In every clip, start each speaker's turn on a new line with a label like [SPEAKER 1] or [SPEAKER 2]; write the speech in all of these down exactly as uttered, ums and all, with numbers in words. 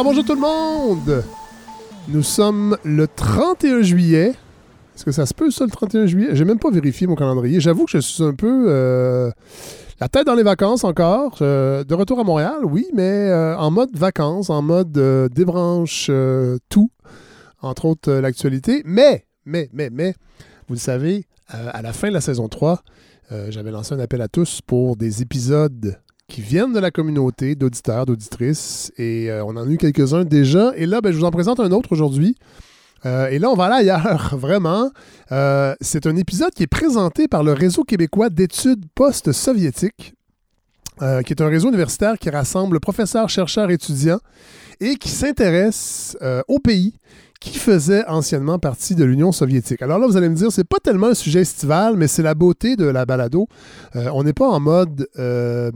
[SPEAKER 1] Alors bonjour tout le monde! Nous sommes le trente et un juillet. Est-ce que ça se peut ça le trente et un juillet? J'ai même pas vérifié mon calendrier. J'avoue que je suis un peu euh, la tête dans les vacances encore. Euh, de retour à Montréal, oui, mais euh, en mode vacances, en mode euh, débranche euh, tout, entre autres euh, l'actualité. Mais, mais, mais, mais, vous le savez, euh, à la fin de la saison trois, euh, j'avais lancé un appel à tous pour des épisodes qui viennent de la communauté d'auditeurs, d'auditrices, et euh, on en a eu quelques-uns déjà. Et là, ben, je vous en présente un autre aujourd'hui. Euh, et là, on va aller ailleurs, vraiment. Euh, c'est un épisode qui est présenté par le Réseau québécois d'études post-soviétiques, euh, qui est un réseau universitaire qui rassemble professeurs, chercheurs, étudiants, et qui s'intéresse euh, au pays qui faisait anciennement partie de l'Union soviétique. Alors là, vous allez me dire, c'est pas tellement un sujet estival, mais c'est la beauté de la balado. Euh, on n'est pas en mode euh,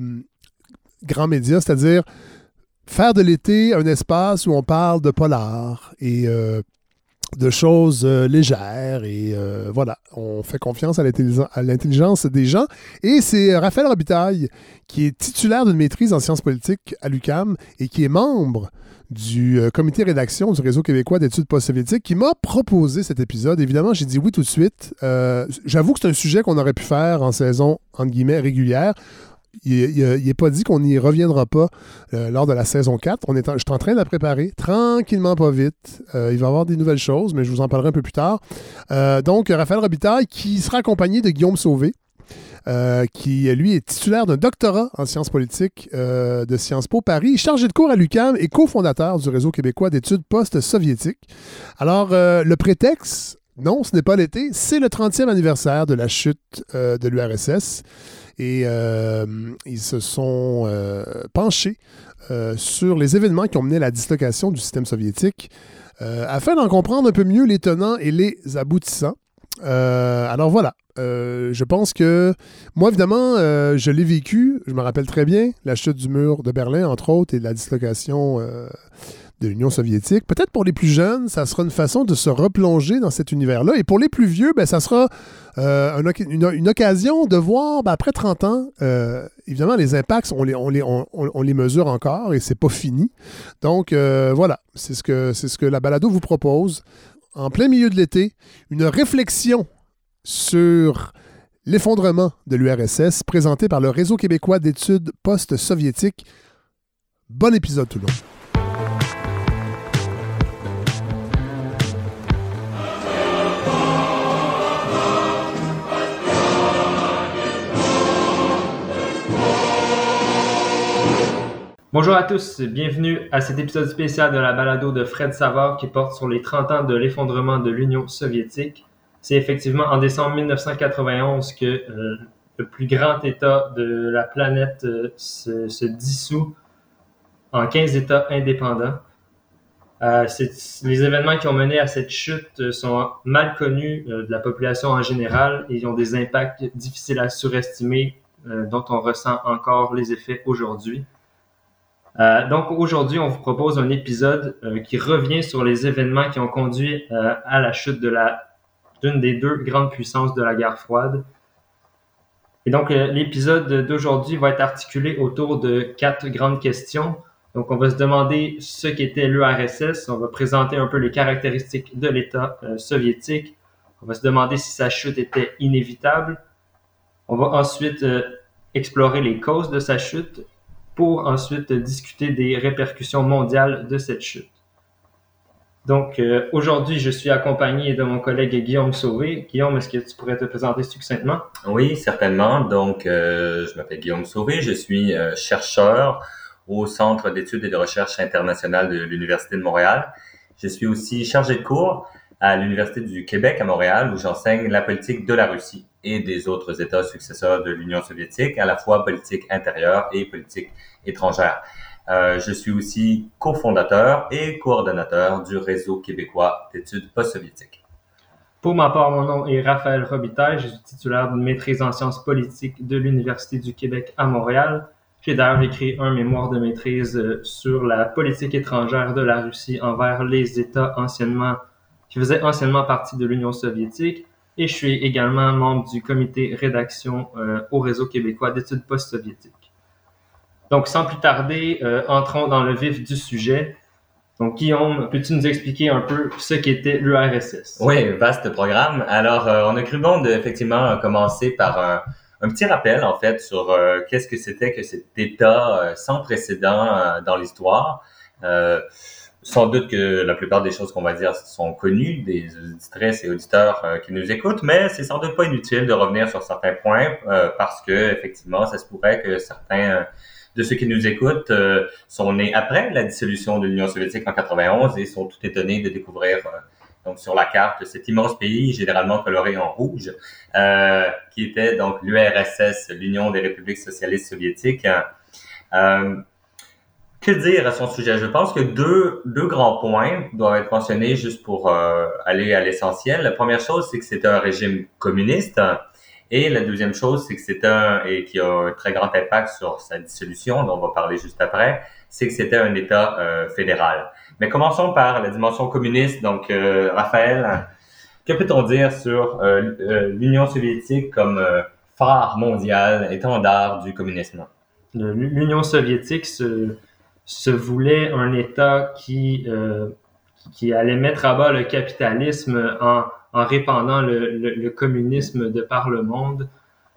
[SPEAKER 1] grand média, c'est-à-dire faire de l'été un espace où on parle de polar et euh, de choses euh, légères et euh, voilà, on fait confiance à l'intelligence, à l'intelligence des gens. Et c'est Raphaël Robitaille, qui est titulaire d'une maîtrise en sciences politiques à l'U Q A M et qui est membre du euh, comité rédaction du Réseau québécois d'études post-soviétiques, qui m'a proposé cet épisode. Évidemment, j'ai dit oui tout de suite. Euh, j'avoue que c'est un sujet qu'on aurait pu faire en saison, entre guillemets, régulière. Il n'est pas dit qu'on n'y reviendra pas euh, lors de la saison quatre. On est en, je suis en train de la préparer, tranquillement, pas vite. Euh, il va y avoir des nouvelles choses, mais je vous en parlerai un peu plus tard. Euh, donc, Raphaël Robitaille, qui sera accompagné de Guillaume Sauvé, euh, qui, lui, est titulaire d'un doctorat en sciences politiques euh, de Sciences Po Paris, chargé de cours à l'U Q A M et cofondateur du Réseau québécois d'études post-soviétiques. Alors, euh, le prétexte, non, ce n'est pas l'été, c'est le trentième anniversaire de la chute euh, de l'U R S S. Et euh, ils se sont euh, penchés euh, sur les événements qui ont mené à la dislocation du système soviétique euh, afin d'en comprendre un peu mieux les tenants et les aboutissants. Euh, alors voilà, euh, je pense que moi évidemment, euh, je l'ai vécu, je me rappelle très bien, la chute du mur de Berlin entre autres et la dislocation euh, de l'Union soviétique. Peut-être pour les plus jeunes, ça sera une façon de se replonger dans cet univers-là. Et pour les plus vieux, ben, ça sera euh, une, une, une occasion de voir, ben, après trente ans, euh, évidemment, les impacts, on les, on, les, on, on les mesure encore et c'est pas fini. Donc, euh, voilà, c'est ce, que, c'est ce que la balado vous propose. En plein milieu de l'été, une réflexion sur l'effondrement de l'U R S S présentée par le Réseau québécois d'études post-soviétiques. Bon épisode tout le monde.
[SPEAKER 2] Bonjour à tous, bienvenue à cet épisode spécial de la balado de Fred Savard qui porte sur les trente ans de l'effondrement de l'Union soviétique. C'est effectivement en décembre mille neuf cent quatre-vingt-onze que euh, le plus grand État de la planète euh, se, se dissout en quinze États indépendants. Euh, c'est, les événements qui ont mené à cette chute sont mal connus euh, de la population en général et ils ont des impacts difficiles à surestimer euh, dont on ressent encore les effets aujourd'hui. Euh, donc aujourd'hui, on vous propose un épisode euh, qui revient sur les événements qui ont conduit euh, à la chute de la, d'une des deux grandes puissances de la guerre froide. Et donc euh, l'épisode d'aujourd'hui va être articulé autour de quatre grandes questions. Donc on va se demander ce qu'était l'U R S S, on va présenter un peu les caractéristiques de l'État euh, soviétique, on va se demander si sa chute était inévitable, on va ensuite euh, explorer les causes de sa chute, pour ensuite discuter des répercussions mondiales de cette chute. Donc, euh, aujourd'hui, je suis accompagné de mon collègue Guillaume Sauvé. Guillaume, est-ce que tu pourrais te présenter succinctement?
[SPEAKER 3] Oui, certainement. Donc, euh, je m'appelle Guillaume Sauvé, je suis euh, chercheur au Centre d'études et de recherche internationale de l'Université de Montréal. Je suis aussi chargé de cours à l'Université du Québec à Montréal, où j'enseigne la politique de la Russie et des autres États successeurs de l'Union soviétique, à la fois politique intérieure et politique étrangère. Euh, je suis aussi cofondateur et coordonnateur du Réseau québécois d'études post-soviétiques.
[SPEAKER 2] Pour ma part, mon nom est Raphaël Robitaille. Je suis titulaire d'une maîtrise en sciences politiques de l'Université du Québec à Montréal. J'ai d'ailleurs écrit un mémoire de maîtrise sur la politique étrangère de la Russie envers les États anciennement qui faisaient anciennement partie de l'Union soviétique. Et je suis également membre du comité rédaction euh, au Réseau québécois d'études post-soviétiques. Donc, sans plus tarder, euh, entrons dans le vif du sujet. Donc, Guillaume, peux-tu nous expliquer un peu ce qu'était l'U R S S?
[SPEAKER 3] Oui, vaste programme. Alors, euh, on a cru bon de effectivement commencer par un, un petit rappel, en fait, sur euh, qu'est-ce que c'était que cet État euh, sans précédent euh, dans l'histoire. Euh, sans doute que la plupart des choses qu'on va dire sont connues des auditrices et auditeurs euh, qui nous écoutent, mais c'est sans doute pas inutile de revenir sur certains points euh, parce que effectivement, ça se pourrait que certains de ceux qui nous écoutent euh, sont nés après la dissolution de l'Union soviétique en quatre-vingt-onze et sont tout étonnés de découvrir euh, donc sur la carte cet immense pays généralement coloré en rouge euh, qui était donc l'U R S S, l'Union des républiques socialistes soviétiques. Euh, que dire à son sujet? Je pense que deux deux grands points doivent être mentionnés juste pour euh, aller à l'essentiel. La première chose, c'est que c'était un régime communiste. Et la deuxième chose, c'est que c'est un, et qui a un très grand impact sur sa dissolution, dont on va parler juste après, c'est que c'était un État euh, fédéral. Mais commençons par la dimension communiste. Donc, euh, Raphaël, que peut-on dire sur euh, euh, l'Union soviétique comme euh, phare mondial, étendard du communisme?
[SPEAKER 2] L'Union soviétique se, se voulait un État qui, euh, qui allait mettre à bas le capitalisme en en répandant le, le, le communisme de par le monde.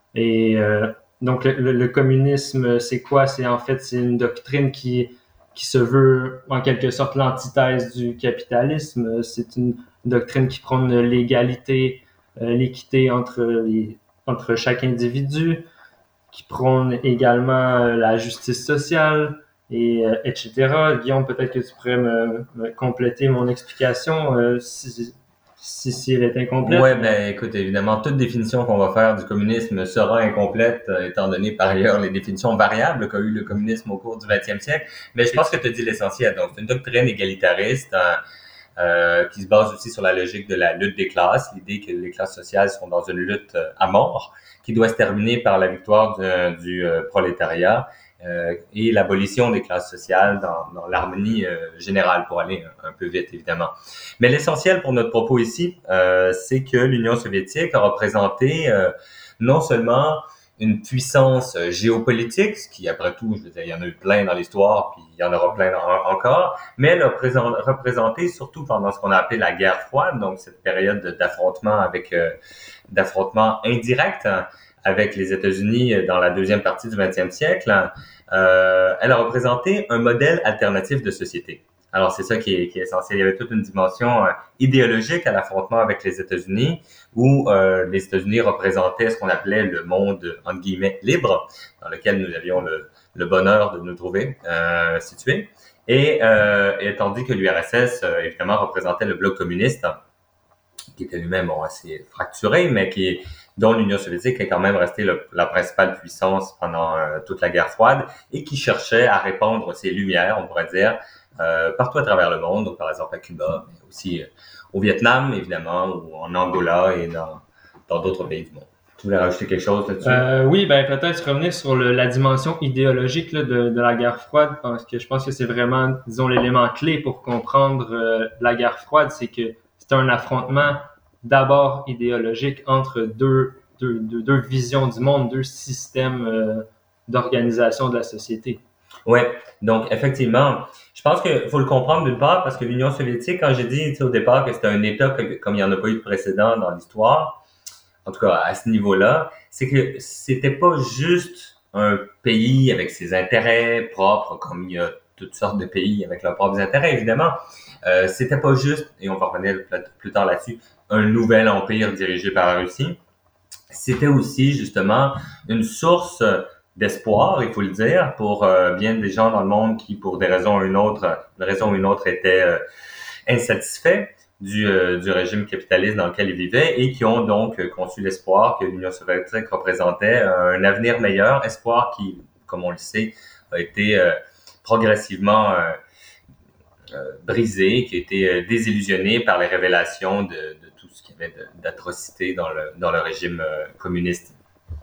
[SPEAKER 2] Et euh, donc, le, le communisme, c'est quoi? C'est en fait, c'est une doctrine qui, qui se veut en quelque sorte l'antithèse du capitalisme. C'est une doctrine qui prône l'égalité, euh, l'équité entre, les, entre chaque individu, qui prône également la justice sociale, et euh, et cetera. Guillaume, peut-être que tu pourrais me, me compléter mon explication euh, si, Si, si elle est incomplète.
[SPEAKER 3] Ouais, ben écoute, évidemment, toute définition qu'on va faire du communisme sera incomplète, euh, étant donné par ailleurs les définitions variables qu'a eu le communisme au cours du vingtième siècle. Mais je pense que tu as dit l'essentiel. Donc, c'est une doctrine égalitariste euh, euh, qui se base aussi sur la logique de la lutte des classes, l'idée que les classes sociales sont dans une lutte euh, à mort, qui doit se terminer par la victoire du, du euh, prolétariat. Euh, et l'abolition des classes sociales dans, dans l'harmonie euh, générale, pour aller un, un peu vite, évidemment. Mais l'essentiel pour notre propos ici, euh, c'est que l'Union soviétique a représenté euh, non seulement une puissance géopolitique, ce qui, après tout, je veux dire, il y en a eu plein dans l'histoire, puis il y en aura plein dans, encore, mais elle a présent, représenté surtout pendant ce qu'on a appelé la guerre froide, donc cette période d'affrontement avec euh, d'affrontement indirect, hein, avec les États-Unis dans la deuxième partie du vingtième siècle, euh, elle a représenté un modèle alternatif de société. Alors, c'est ça qui est, qui est essentiel. Il y avait toute une dimension euh, idéologique à l'affrontement avec les États-Unis, où euh, les États-Unis représentaient ce qu'on appelait le monde, entre guillemets, libre, dans lequel nous avions le, le bonheur de nous trouver euh, situés. Et, euh, et tandis que l'U R S S, euh, évidemment, représentait le bloc communiste, qui était lui-même bon, assez fracturé, mais qui dont l'Union soviétique est quand même restée le, la principale puissance pendant euh, toute la guerre froide et qui cherchait à répandre ses lumières, on pourrait dire, euh, partout à travers le monde, donc par exemple à Cuba, mais aussi euh, au Vietnam, évidemment, ou en Angola et dans, dans d'autres pays du monde. Tu voulais rajouter quelque chose là-dessus?
[SPEAKER 2] Euh, oui, ben peut-être revenir sur le, la dimension idéologique là, de, de la guerre froide, parce que je pense que c'est vraiment, disons, l'élément clé pour comprendre euh, la guerre froide, c'est que c'est un affrontement d'abord idéologique entre deux, deux, deux, deux visions du monde, deux systèmes euh, d'organisation de la société.
[SPEAKER 3] Oui, donc effectivement, je pense qu'il faut le comprendre d'une part parce que l'Union soviétique, quand j'ai dit au départ que c'était un État que, comme il n'y en a pas eu de précédent dans l'histoire, en tout cas à ce niveau-là, c'est que c'était pas juste un pays avec ses intérêts propres, comme il y a toutes sortes de pays avec leurs propres intérêts, évidemment. Euh, c'était pas juste, et on va revenir plus tard là-dessus, un nouvel empire dirigé par la Russie. C'était aussi justement une source d'espoir, il faut le dire, pour euh, bien des gens dans le monde qui, pour des raisons ou une autre, une raison ou une autre, étaient euh, insatisfaits du, euh, du régime capitaliste dans lequel ils vivaient et qui ont donc conçu l'espoir que l'Union soviétique représentait un avenir meilleur, espoir qui, comme on le sait, a été euh, progressivement euh, euh, brisé, qui a été euh, désillusionné par les révélations de, de tout ce qu'il y avait d'atrocités dans le, dans le régime euh, communiste.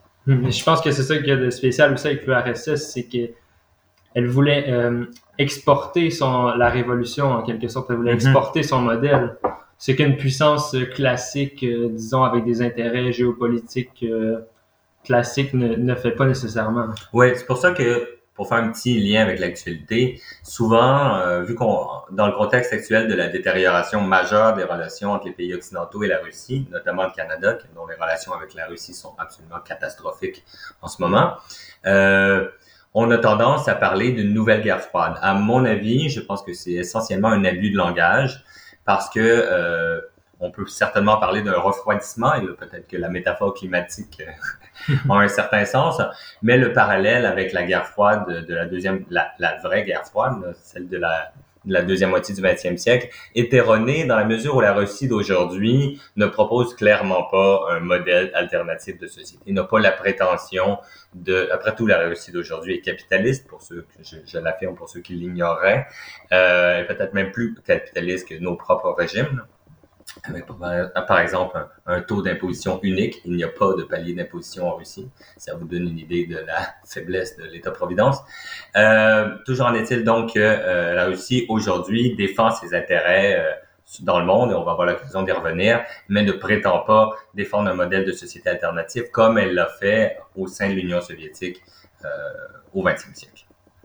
[SPEAKER 2] Je pense que c'est ça qu'il y a de spécial aussi avec l'U R S S, c'est qu'elle voulait euh, exporter son, la révolution en quelque sorte, elle voulait mm-hmm. exporter son modèle. C'est qu'une puissance classique, euh, disons, avec des intérêts géopolitiques euh, classiques ne, ne fait pas nécessairement.
[SPEAKER 3] Oui, c'est pour ça que pour faire un petit lien avec l'actualité, souvent, euh, vu qu'on, dans le contexte actuel de la détérioration majeure des relations entre les pays occidentaux et la Russie, notamment le Canada, dont les relations avec la Russie sont absolument catastrophiques en ce moment, euh, on a tendance à parler d'une nouvelle guerre froide. À mon avis, je pense que c'est essentiellement un abus de langage parce que euh, on peut certainement parler d'un refroidissement, et peut-être que la métaphore climatique a un certain sens, mais le parallèle avec la guerre froide de la deuxième, la, la vraie guerre froide, celle de la, de la deuxième moitié du vingtième siècle, est erroné dans la mesure où la Russie d'aujourd'hui ne propose clairement pas un modèle alternatif de société, n'a pas la prétention de, après tout, la Russie d'aujourd'hui est capitaliste, pour ceux que je, je l'affirme, pour ceux qui l'ignoreraient, euh, peut-être même plus capitaliste que nos propres régimes. Avec, par exemple, un, un taux d'imposition unique. Il n'y a pas de palier d'imposition en Russie. Ça vous donne une idée de la faiblesse de l'État-providence. Euh, toujours en est-il donc que euh, la Russie, aujourd'hui, défend ses intérêts euh, dans le monde, et on va avoir l'occasion d'y revenir, mais ne prétend pas défendre un modèle de société alternative comme elle l'a fait au sein de l'Union soviétique euh, au vingtième siècle.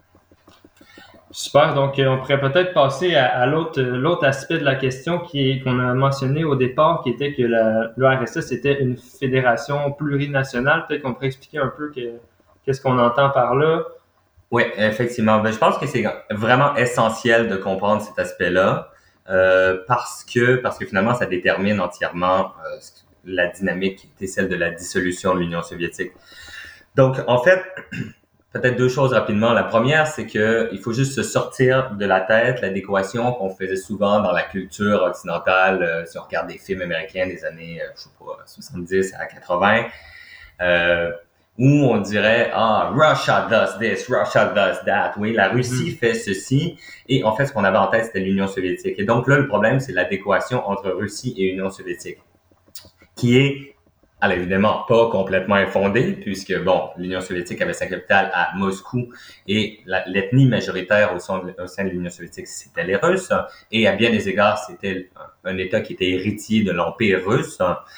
[SPEAKER 2] Super, donc on pourrait peut-être passer à, à l'autre, l'autre aspect de la question qui est, qu'on a mentionné au départ, qui était que la, l'U R S S était une fédération plurinationale. Peut-être qu'on pourrait expliquer un peu que, qu'est-ce qu'on entend par là.
[SPEAKER 3] Oui, effectivement. Ben, je pense que c'est vraiment essentiel de comprendre cet aspect-là euh, parce que parce que finalement, ça détermine entièrement euh, la dynamique qui était celle de la dissolution de l'Union soviétique. Donc, en fait, peut-être deux choses rapidement. La première, c'est que il faut juste se sortir de la tête l'adéquation qu'on faisait souvent dans la culture occidentale. Euh, si on regarde des films américains des années, euh, je sais pas, soixante-dix à quatre-vingts, euh, où on dirait « Ah, Russia does this, Russia does that ». Oui, la Russie mm-hmm. fait ceci. Et en fait, ce qu'on avait en tête, c'était l'Union soviétique. Et donc là, le problème, c'est l'adéquation entre Russie et Union soviétique, qui est alors évidemment pas complètement infondée, puisque bon, l'Union soviétique avait sa capitale à Moscou et la, l'ethnie majoritaire au sein, de, au sein de l'Union soviétique, c'était les Russes, et à bien des égards, c'était un, un État qui était héritier de l'Empire russe.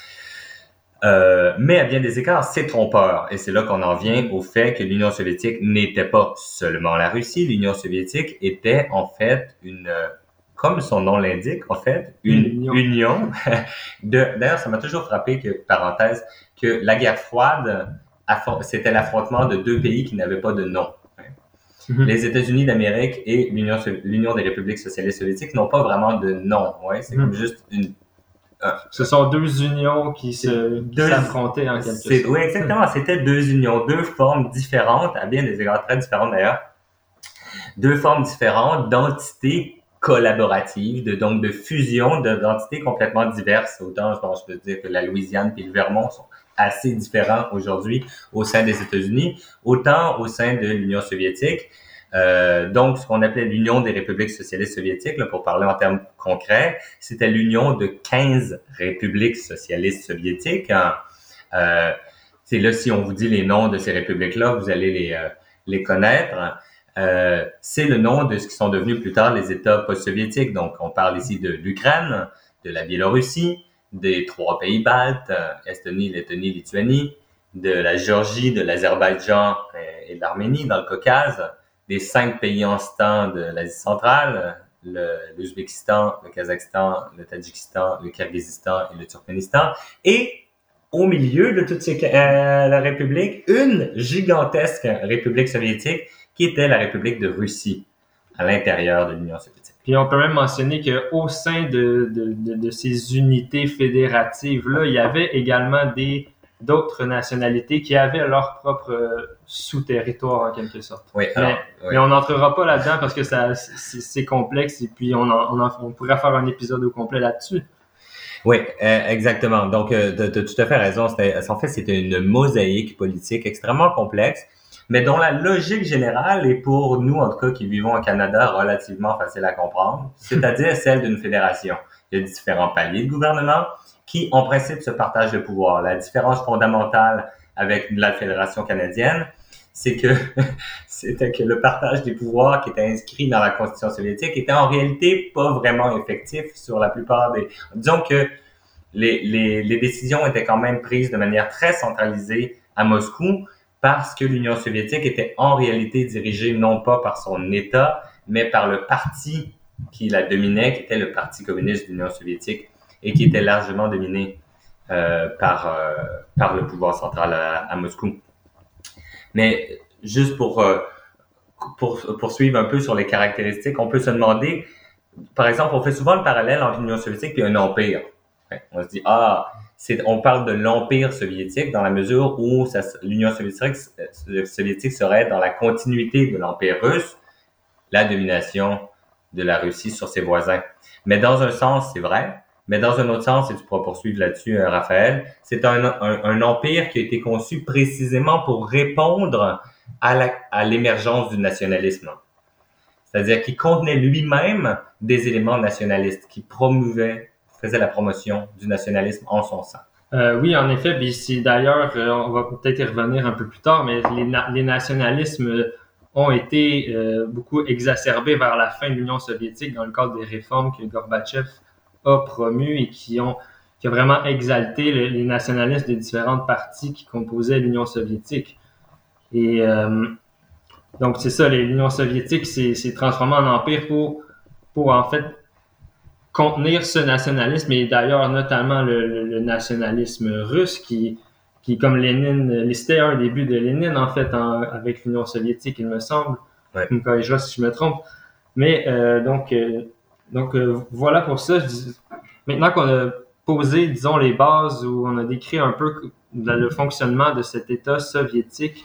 [SPEAKER 3] Euh, mais à bien des égards, c'est trompeur. Et c'est là qu'on en vient au fait que l'Union soviétique n'était pas seulement la Russie. L'Union soviétique était en fait une... comme son nom l'indique, en fait, une union. union de, d'ailleurs, ça m'a toujours frappé que, parenthèse, que la guerre froide, c'était l'affrontement de deux pays qui n'avaient pas de nom. Mm-hmm. Les États-Unis d'Amérique et l'Union, l'Union des républiques socialistes soviétiques n'ont pas vraiment de nom. Ouais, c'est mm-hmm. comme juste une...
[SPEAKER 2] Un, Ce sont deux unions qui se deux, s'affrontaient en quelque sorte.
[SPEAKER 3] Oui, exactement. C'était deux unions, deux formes différentes, à bien des égards très différentes d'ailleurs, deux formes différentes d'entités collaborative, de, donc de fusion de, d'entités complètement diverses. Autant, je pense, je peux dire que la Louisiane et le Vermont sont assez différents aujourd'hui au sein des États-Unis, autant au sein de l'Union soviétique. Euh, donc, ce qu'on appelait l'Union des républiques socialistes soviétiques, là, pour parler en termes concrets, c'était l'union de quinze républiques socialistes soviétiques. Hein. Euh, c'est là, si on vous dit les noms de ces républiques-là, vous allez les, euh, les connaître. Hein. Euh, c'est le nom de ce qui sont devenus plus tard les États post-soviétiques. Donc, on parle ici de l'Ukraine, de la Biélorussie, des trois pays baltes, euh, Estonie, Lettonie, Lituanie, de la Géorgie, de l'Azerbaïdjan et, et de l'Arménie dans le Caucase, des cinq pays en ce temps de l'Asie centrale, le, l'Ouzbékistan, le Kazakhstan, le Tadjikistan, le Kirghizistan et le Turkménistan. Et au milieu de toutes ces euh, la République, une gigantesque République soviétique qui était la République de Russie, à l'intérieur de l'Union soviétique.
[SPEAKER 2] Puis on peut même mentionner qu'au sein de, de, de, de ces unités fédératives-là, il y avait également des, d'autres nationalités qui avaient leur propre sous-territoire, en quelque sorte.
[SPEAKER 3] Oui,
[SPEAKER 2] mais,
[SPEAKER 3] alors, oui.
[SPEAKER 2] mais on n'entrera pas là-dedans parce que ça, c'est, c'est complexe et puis on, en, on, en, on pourrait faire un épisode au complet là-dessus.
[SPEAKER 3] Oui, euh, exactement. Donc, euh, tu as tout à fait raison. C'était, en fait, c'était une mosaïque politique extrêmement complexe, mais dont la logique générale est pour nous, en tout cas, qui vivons au Canada, relativement facile à comprendre, c'est-à-dire celle d'une fédération. Il y a différents paliers de gouvernement qui, en principe, se partagent le pouvoir. La différence fondamentale avec la Fédération canadienne, c'est que c'était que le partage des pouvoirs qui était inscrit dans la Constitution soviétique était en réalité pas vraiment effectif sur la plupart des... Disons que les, les, les décisions étaient quand même prises de manière très centralisée à Moscou, parce que l'Union soviétique était en réalité dirigée non pas par son État, mais par le parti qui la dominait, qui était le Parti communiste de l'Union soviétique et qui était largement dominé euh, par, euh, par le pouvoir central à, à Moscou. Mais juste pour, euh, pour poursuivre un peu sur les caractéristiques, on peut se demander, par exemple, on fait souvent le parallèle entre l'Union soviétique et un empire. On se dit, ah, c'est, on parle de l'Empire soviétique dans la mesure où ça, l'Union soviétique, soviétique serait dans la continuité de l'Empire russe, la domination de la Russie sur ses voisins. Mais dans un sens, c'est vrai, mais dans un autre sens, et tu pourras poursuivre là-dessus, euh, Raphaël, c'est un, un, un empire qui a été conçu précisément pour répondre à, la, à l'émergence du nationalisme. C'est-à-dire qu'il contenait lui-même des éléments nationalistes, qui promouvaient faisait la promotion du nationalisme en son sein.
[SPEAKER 2] Euh, oui, en effet, puis c'est d'ailleurs, euh, on va peut-être y revenir un peu plus tard, mais les, na- les nationalismes ont été euh, beaucoup exacerbés vers la fin de l'Union soviétique dans le cadre des réformes que Gorbatchev a promues et qui ont, qui ont vraiment exalté le, les nationalistes des différentes parties qui composaient l'Union soviétique. Et euh, donc c'est ça, l'Union soviétique s'est, s'est transformée en empire pour, pour en fait contenir ce nationalisme, et d'ailleurs notamment le, le, le nationalisme russe qui, qui comme Lénine, c'était un début de Lénine en fait en, avec l'Union soviétique, il me semble.
[SPEAKER 3] Ouais.
[SPEAKER 2] Tu me corrigeras si je me trompe. Mais euh, donc, euh, donc euh, voilà pour ça. Je dis, maintenant qu'on a posé, disons, les bases, où on a décrit un peu le fonctionnement de cet État soviétique,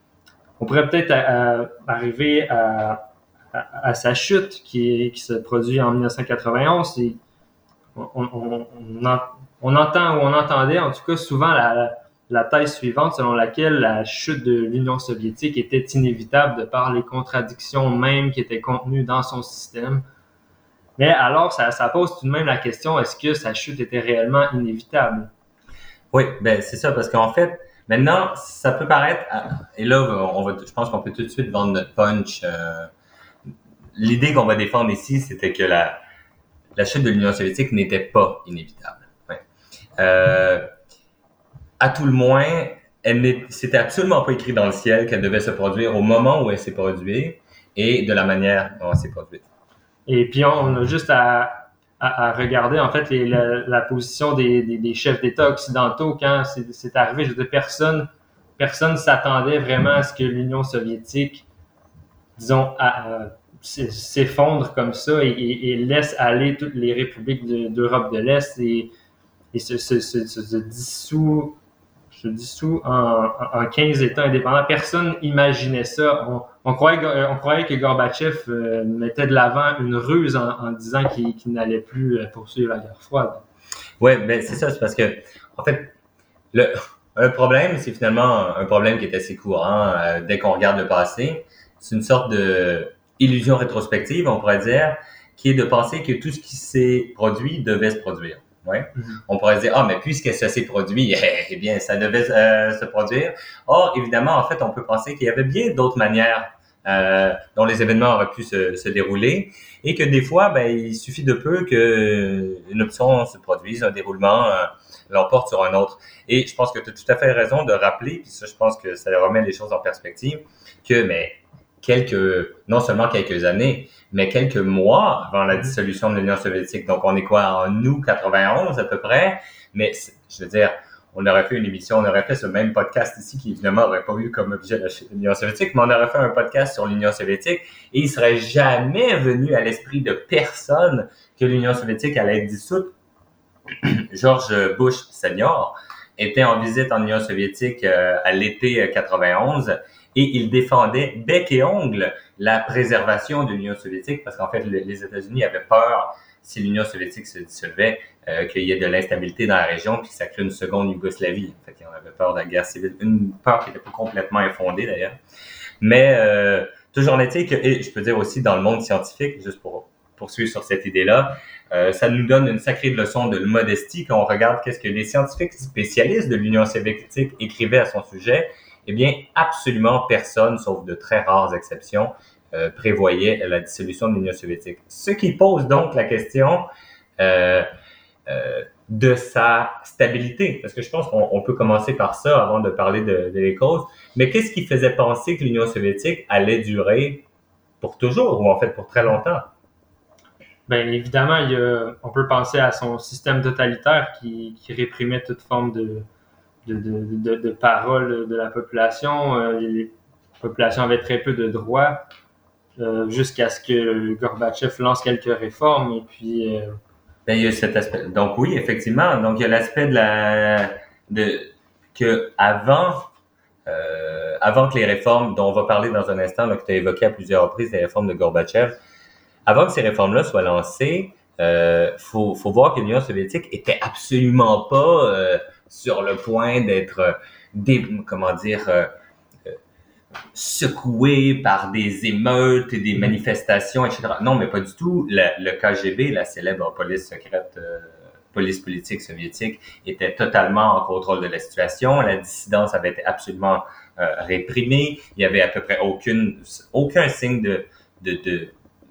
[SPEAKER 2] on pourrait peut-être à, à arriver à À, à sa chute qui, qui se produit en dix-neuf cent quatre-vingt-onze. Et on, on, on, en, on entend ou on entendait en tout cas souvent la, la thèse suivante selon laquelle la chute de l'Union soviétique était inévitable de par les contradictions mêmes qui étaient contenues dans son système. Mais alors, ça, ça pose tout de même la question, est-ce que sa chute était réellement inévitable?
[SPEAKER 3] Oui, ben c'est ça, parce qu'en fait, maintenant, ça peut paraître, et là, on va, je pense qu'on peut tout de suite vendre notre punch. Euh, L'idée qu'on va défendre ici, c'était que la, la chute de l'Union soviétique n'était pas inévitable. Ouais. Euh, à tout le moins, elle n'est, c'était absolument pas écrit dans le ciel qu'elle devait se produire au moment où elle s'est produite et de la manière dont elle s'est produite.
[SPEAKER 2] Et puis, on a juste à, à, à regarder, en fait, les, la, la position des, des, des chefs d'État occidentaux quand c'est, c'est arrivé. Je veux dire, personne, personne s'attendait vraiment à ce que l'Union soviétique, disons, à, à, s'effondre comme ça et, et, et laisse aller toutes les républiques de, d'Europe de l'Est et, et se, se, se, se dissout, se dissout en, en quinze États indépendants. Personne n'imaginait ça. On, on, croyait, on croyait que Gorbatchev euh, mettait de l'avant une ruse en, en disant qu'il, qu'il n'allait plus poursuivre la guerre froide.
[SPEAKER 3] Oui, ben c'est ça, c'est parce que, en fait, le, le problème, c'est finalement un problème qui est assez courant euh, dès qu'on regarde le passé. C'est une sorte de illusion rétrospective, on pourrait dire, qui est de penser que tout ce qui s'est produit devait se produire. Ouais. Mm-hmm. On pourrait dire, ah, mais puisque ça s'est produit, eh bien, ça devait euh, se produire. Or, évidemment, en fait, on peut penser qu'il y avait bien d'autres manières euh, dont les événements auraient pu se, se dérouler et que des fois, ben, il suffit de peu qu'une option se produise, un déroulement euh, l'emporte sur un autre. Et je pense que tu as tout à fait raison de rappeler, puis ça, je pense que ça remet les choses en perspective, que, mais, quelques, non seulement quelques années, mais quelques mois avant la dissolution de l'Union soviétique. Donc, on est quoi, en août quatre-vingt-onze à peu près? Mais, je veux dire, on aurait fait une émission, on aurait fait ce même podcast ici qui, évidemment, n'aurait pas eu comme objet l'Union soviétique, mais on aurait fait un podcast sur l'Union soviétique et il serait jamais venu à l'esprit de personne que l'Union soviétique allait être dissoute. George Bush senior était en visite en Union soviétique euh, à l'été quatre-vingt-onze et il défendait bec et ongle la préservation de l'Union soviétique parce qu'en fait, les États-Unis avaient peur, si l'Union soviétique se dissolvait, euh, qu'il y ait de l'instabilité dans la région puis que ça crée une seconde Yougoslavie. En fait, ils avaient peur de la guerre civile, une peur qui n'était pas complètement infondée d'ailleurs. Mais euh, toujours est-il que, et je peux dire aussi dans le monde scientifique, juste pour poursuivre sur cette idée-là, euh, ça nous donne une sacrée leçon de modestie quand on regarde qu'est-ce que les scientifiques spécialistes de l'Union soviétique écrivaient à son sujet. Eh bien, absolument personne, sauf de très rares exceptions, euh, prévoyait la dissolution de l'Union soviétique. Ce qui pose donc la question euh, euh, de sa stabilité. Parce que je pense qu'on on peut commencer par ça avant de parler de, de les causes. Mais qu'est-ce qui faisait penser que l'Union soviétique allait durer pour toujours ou en fait pour très longtemps?
[SPEAKER 2] Bien évidemment, il y a, on peut penser à son système totalitaire qui, qui réprimait toute forme de, de, de, de, de parole de la population. Euh, les populations avaient très peu de droits euh, jusqu'à ce que Gorbatchev lance quelques réformes et puis... Euh,
[SPEAKER 3] Ben, il y a cet aspect. Donc oui, effectivement. Donc il y a l'aspect de la de que avant euh, avant que les réformes dont on va parler dans un instant, là, que tu as évoqué à plusieurs reprises, les réformes de Gorbatchev, avant que ces réformes-là soient lancées, euh, faut faut voir que l'Union soviétique était absolument pas euh, sur le point d'être dé, comment dire euh, secoué par des émeutes et des manifestations, et cetera. Non, mais pas du tout. Le, le K G B, la célèbre police secrète, euh, police politique soviétique, était totalement en contrôle de la situation. La dissidence avait été absolument euh, réprimée. Il y avait à peu près aucune, aucun signe de, de, de,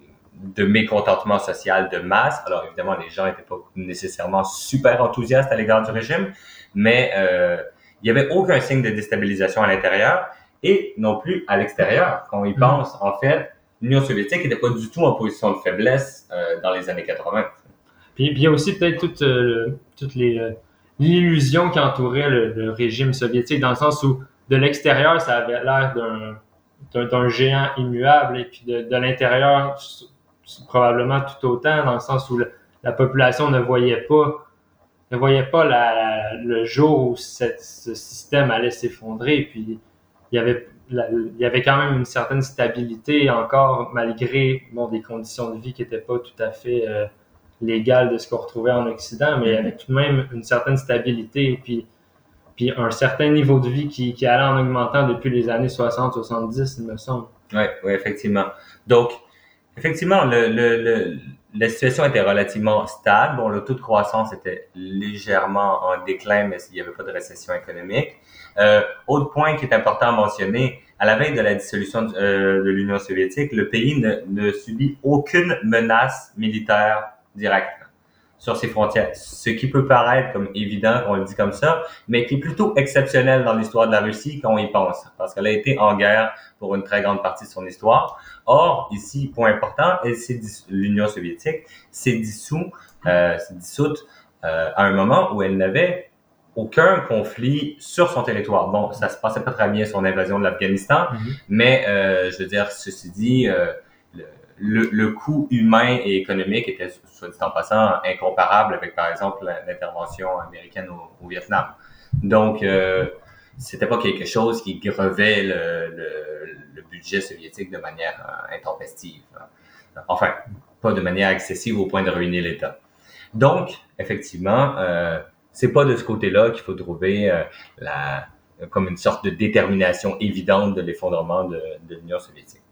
[SPEAKER 3] de mécontentement social de masse. Alors évidemment, les gens n'étaient pas nécessairement super enthousiastes à l'égard du régime, mais euh, il n'y avait aucun signe de déstabilisation à l'intérieur. Et non plus à l'extérieur. Quand on y pense, en fait, l'Union soviétique n'était pas du tout en position de faiblesse euh, dans les années quatre-vingt.
[SPEAKER 2] Puis, puis il y a aussi peut-être toute, euh, toute les, euh, l'illusion qui entourait le, le régime soviétique, dans le sens où de l'extérieur, ça avait l'air d'un, d'un, d'un géant immuable, et puis de, de l'intérieur, probablement tout autant, dans le sens où le, la population ne voyait pas, ne voyait pas la, la, le jour où cette, ce système allait s'effondrer. Puis il y avait la, il y avait quand même une certaine stabilité encore, malgré bon, des conditions de vie qui n'étaient pas tout à fait euh, légales de ce qu'on retrouvait en Occident, mais il y avait tout de même une certaine stabilité et puis, puis un certain niveau de vie qui, qui allait en augmentant depuis les années soixante soixante-dix, il me semble.
[SPEAKER 3] Oui, oui, effectivement. Donc, effectivement, le, le, le, la situation était relativement stable. Bon, le taux de croissance était légèrement en déclin, mais il n'y avait pas de récession économique. Euh, autre point qui est important à mentionner, à la veille de la dissolution de, euh, de l'Union soviétique, le pays ne, ne subit aucune menace militaire directe sur ses frontières. Ce qui peut paraître comme évident qu'on le dit comme ça, mais qui est plutôt exceptionnel dans l'histoire de la Russie quand on y pense, parce qu'elle a été en guerre pour une très grande partie de son histoire. Or, ici, point important, elle s'est dis- l'Union soviétique s'est dissout, euh, s'est dissoute euh, à un moment où elle n'avait aucun conflit sur son territoire. Bon, ça se passait pas très bien son invasion de l'Afghanistan, mm-hmm. mais euh, je veux dire, ceci dit, euh, le, le, le coût humain et économique était, soit dit en passant, incomparable avec, par exemple, l'intervention américaine au, au Vietnam. Donc, euh, c'était pas quelque chose qui grevait le, le, le budget soviétique de manière euh, intempestive. Enfin, pas de manière excessive au point de ruiner l'État. Donc, effectivement, euh, c'est pas de ce côté-là qu'il faut trouver euh, la, comme une sorte de détermination évidente de l'effondrement de, de l'Union soviétique.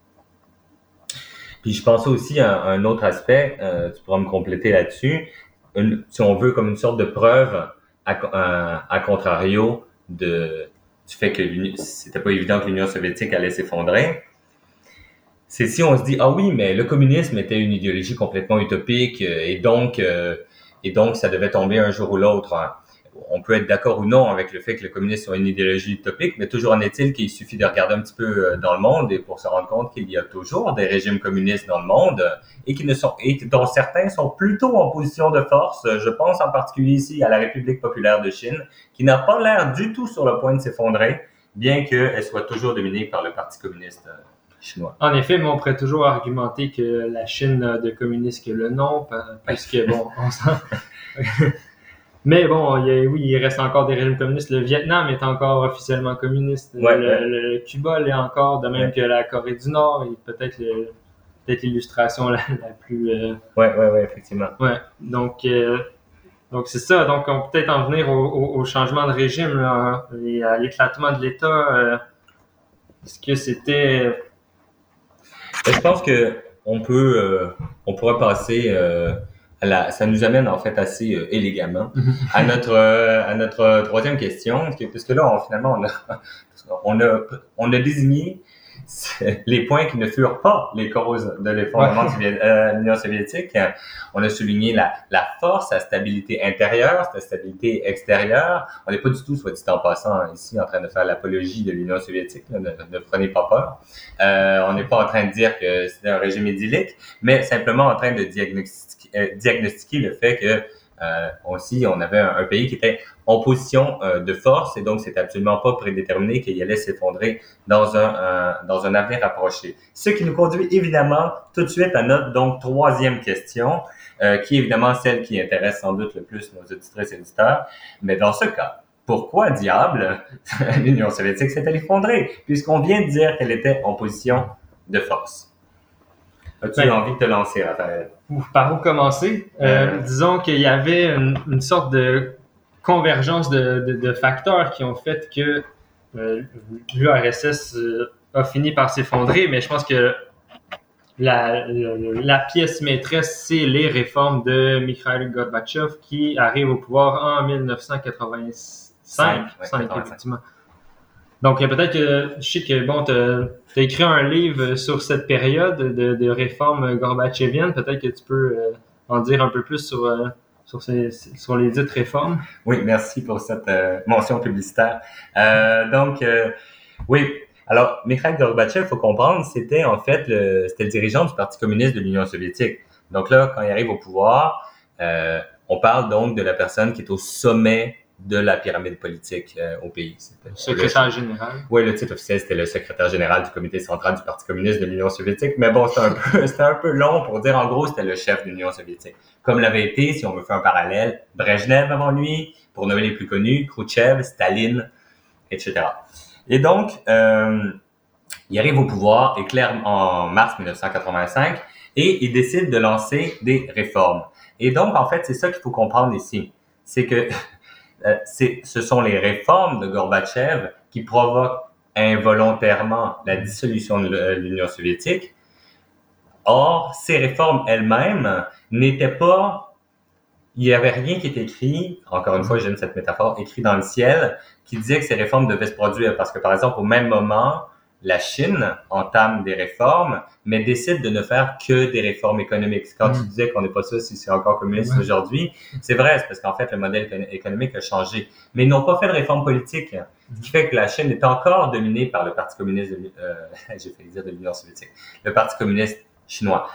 [SPEAKER 3] Puis je pensais aussi à, à un autre aspect, euh, tu pourras me compléter là-dessus, une, si on veut comme une sorte de preuve à, à, à contrario de, du fait que c'était pas évident que l'Union soviétique allait s'effondrer. C'est si on se dit, ah oui, mais le communisme était une idéologie complètement utopique et donc... Euh, Et donc, ça devait tomber un jour ou l'autre. On peut être d'accord ou non avec le fait que le communisme soit une idéologie utopique, mais toujours en est-il qu'il suffit de regarder un petit peu dans le monde et pour se rendre compte qu'il y a toujours des régimes communistes dans le monde et qui ne sont, et dont certains sont plutôt en position de force. Je pense en particulier ici à la République populaire de Chine, qui n'a pas l'air du tout sur le point de s'effondrer, bien qu'elle soit toujours dominée par le Parti communiste chinois.
[SPEAKER 2] En effet, mais on pourrait toujours argumenter que la Chine n'a de communiste que le nom, parce que, bon, on s'en... Mais bon, il y a, oui, il reste encore des régimes communistes. Le Vietnam est encore officiellement communiste.
[SPEAKER 3] Ouais,
[SPEAKER 2] le,
[SPEAKER 3] ouais.
[SPEAKER 2] le Cuba l'est encore, de même
[SPEAKER 3] ouais.
[SPEAKER 2] que la Corée du Nord, et peut-être, le, peut-être l'illustration la, la plus... Euh...
[SPEAKER 3] Ouais, ouais, ouais, effectivement.
[SPEAKER 2] Ouais, donc... Euh... Donc, c'est ça. Donc, on peut peut-être en venir au, au, au changement de régime là, et à l'éclatement de l'État. Euh... Est-ce que c'était...
[SPEAKER 3] Je pense que on peut, euh, on pourrait passer euh, à la. Ça nous amène en fait assez euh, élégamment à notre euh, à notre troisième question, parce que là, on, finalement, on a on a on a désigné les points qui ne furent pas les causes de l'effondrement ouais. de euh, l'Union soviétique. On a souligné la, la force, la stabilité intérieure, la stabilité extérieure. On n'est pas du tout, soit dit en passant, ici en train de faire l'apologie de l'Union soviétique. Là, ne, ne prenez pas peur. Euh, on n'est pas en train de dire que c'était un régime idyllique, mais simplement en train de diagnostiquer, euh, diagnostiquer le fait que euh, aussi on avait un, un pays qui était en position euh, de force et donc c'est absolument pas prédéterminé qu'il allait s'effondrer dans un, un dans un avenir approché. Ce qui nous conduit évidemment tout de suite à notre donc troisième question, euh, qui est évidemment celle qui intéresse sans doute le plus nos auditrices et auditeurs. Mais dans ce cas, pourquoi diable l'Union soviétique s'est-elle effondrée puisqu'on vient de dire qu'elle était en position de force? As-tu ben, envie de te lancer, Raphaël?
[SPEAKER 2] Par où commencer? Euh, euh, disons qu'il y avait une, une sorte de convergence de, de, de facteurs qui ont fait que euh, l'U R S S euh, a fini par s'effondrer, mais je pense que la, la, la pièce maîtresse, c'est les réformes de Mikhail Gorbatchev qui arrive au pouvoir en dix-neuf cent quatre-vingt-cinq.
[SPEAKER 3] Ouais,
[SPEAKER 2] effectivement. Donc, peut-être que je sais que bon, tu as écrit un livre sur cette période de, de réforme gorbatchevienne. Peut-être que tu peux euh, en dire un peu plus sur, euh, sur, ces, sur les dites réformes.
[SPEAKER 3] Oui, merci pour cette euh, mention publicitaire. Euh, donc, euh, oui. Alors, Mikhail Gorbatchev, il faut comprendre, c'était en fait le, c'était le dirigeant du Parti communiste de l'Union soviétique. Donc là, quand il arrive au pouvoir, euh, on parle donc de la personne qui est au sommet de la pyramide politique euh, au pays.
[SPEAKER 2] C'était secrétaire le, général.
[SPEAKER 3] Oui, le titre officiel, c'était le secrétaire général du comité central du Parti communiste de l'Union soviétique. Mais bon, c'était un peu, c'était un peu long pour dire, en gros, c'était le chef de l'Union soviétique. Comme l'avait été, si on veut faire un parallèle, Brejnev avant lui, pour nommer les plus connus, Khrouchtchev, Staline, et cetera. Et donc, euh, il arrive au pouvoir, éclaire en mars dix-neuf cent quatre-vingt-cinq, et il décide de lancer des réformes. Et donc, en fait, c'est ça qu'il faut comprendre ici. C'est que Euh, c'est, ce sont les réformes de Gorbatchev qui provoquent involontairement la dissolution de l'Union soviétique. Or, ces réformes elles-mêmes n'étaient pas... Il n'y avait rien qui était écrit, encore une fois, j'aime cette métaphore, écrit dans le ciel, qui disait que ces réformes devaient se produire. Parce que, par exemple, au même moment, la Chine entame des réformes, mais décide de ne faire que des réformes économiques. Quand mmh. tu disais qu'on n'est pas sûr si c'est encore communiste ouais. aujourd'hui, c'est vrai, c'est parce qu'en fait, le modèle économique a changé. Mais ils n'ont pas fait de réforme politique, mmh. ce qui fait que la Chine est encore dominée par le Parti communiste, de, euh, j'ai failli dire de l'Union soviétique, le Parti communiste chinois.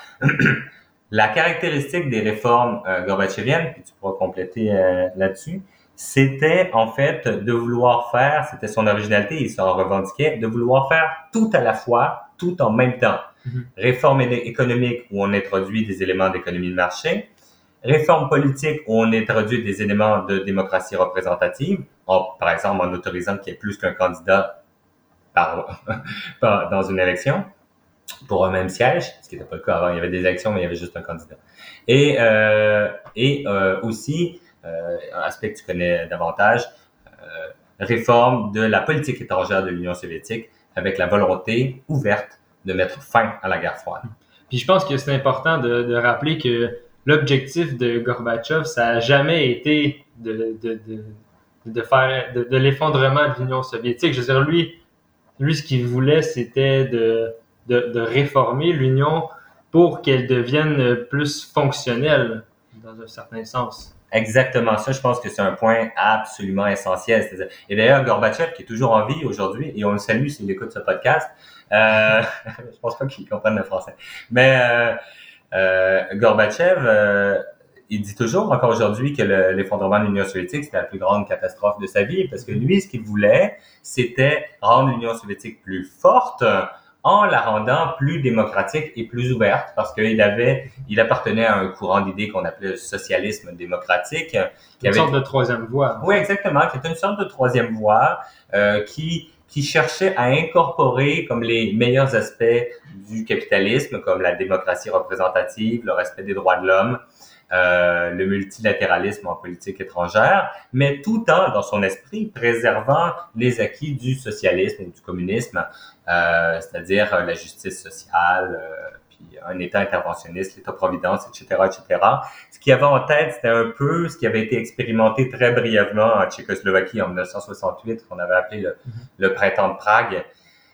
[SPEAKER 3] La caractéristique des réformes euh, gorbatcheviennes, puis tu pourras compléter euh, là-dessus, c'était en fait de vouloir faire, c'était son originalité, il s'en revendiquait, de vouloir faire tout à la fois, tout en même temps. Mm-hmm. Réforme économique où on introduit des éléments d'économie de marché, réforme politique où on introduit des éléments de démocratie représentative, en, par exemple en autorisant qu'il y ait plus qu'un candidat par, par, dans une élection pour un même siège, ce qui n'était pas le cas avant, il y avait des élections mais il y avait juste un candidat. Et, euh, et euh, aussi, Euh, un aspect que tu connais davantage, euh, réforme de la politique étrangère de l'Union soviétique avec la volonté ouverte de mettre fin à la guerre froide.
[SPEAKER 2] Puis je pense que c'est important de, de rappeler que l'objectif de Gorbatchev, ça n'a jamais été de, de, de, de faire de, de l'effondrement de l'Union soviétique. Je veux dire, lui, lui ce qu'il voulait, c'était de, de, de réformer l'Union pour qu'elle devienne plus fonctionnelle dans un certain sens.
[SPEAKER 3] Exactement ça, je pense que c'est un point absolument essentiel. C'est-à-dire, et d'ailleurs, Gorbatchev, qui est toujours en vie aujourd'hui, et on le salue s'il écoute ce podcast, euh, je pense pas qu'il comprenne le français, mais euh, euh, Gorbatchev, euh, il dit toujours encore aujourd'hui que le, l'effondrement de l'Union soviétique, c'était la plus grande catastrophe de sa vie, parce que lui, ce qu'il voulait, c'était rendre l'Union soviétique plus forte, en la rendant plus démocratique et plus ouverte, parce qu'il avait, il appartenait à un courant d'idées qu'on appelait le socialisme démocratique. Qui
[SPEAKER 2] une avait, sorte de troisième voie.
[SPEAKER 3] Oui, exactement, qui était une sorte de troisième voie euh, qui qui cherchait à incorporer comme les meilleurs aspects du capitalisme, comme la démocratie représentative, le respect des droits de l'homme, Euh, le multilatéralisme en politique étrangère, mais tout en, dans son esprit, préservant les acquis du socialisme ou du communisme, euh, c'est-à-dire euh, la justice sociale, euh, puis un État interventionniste, l'État-providence, et cetera, et cetera. Ce qu'il y avait en tête, c'était un peu ce qui avait été expérimenté très brièvement en Tchécoslovaquie en dix-neuf cent soixante-huit, qu'on avait appelé le, mm-hmm. le printemps de Prague.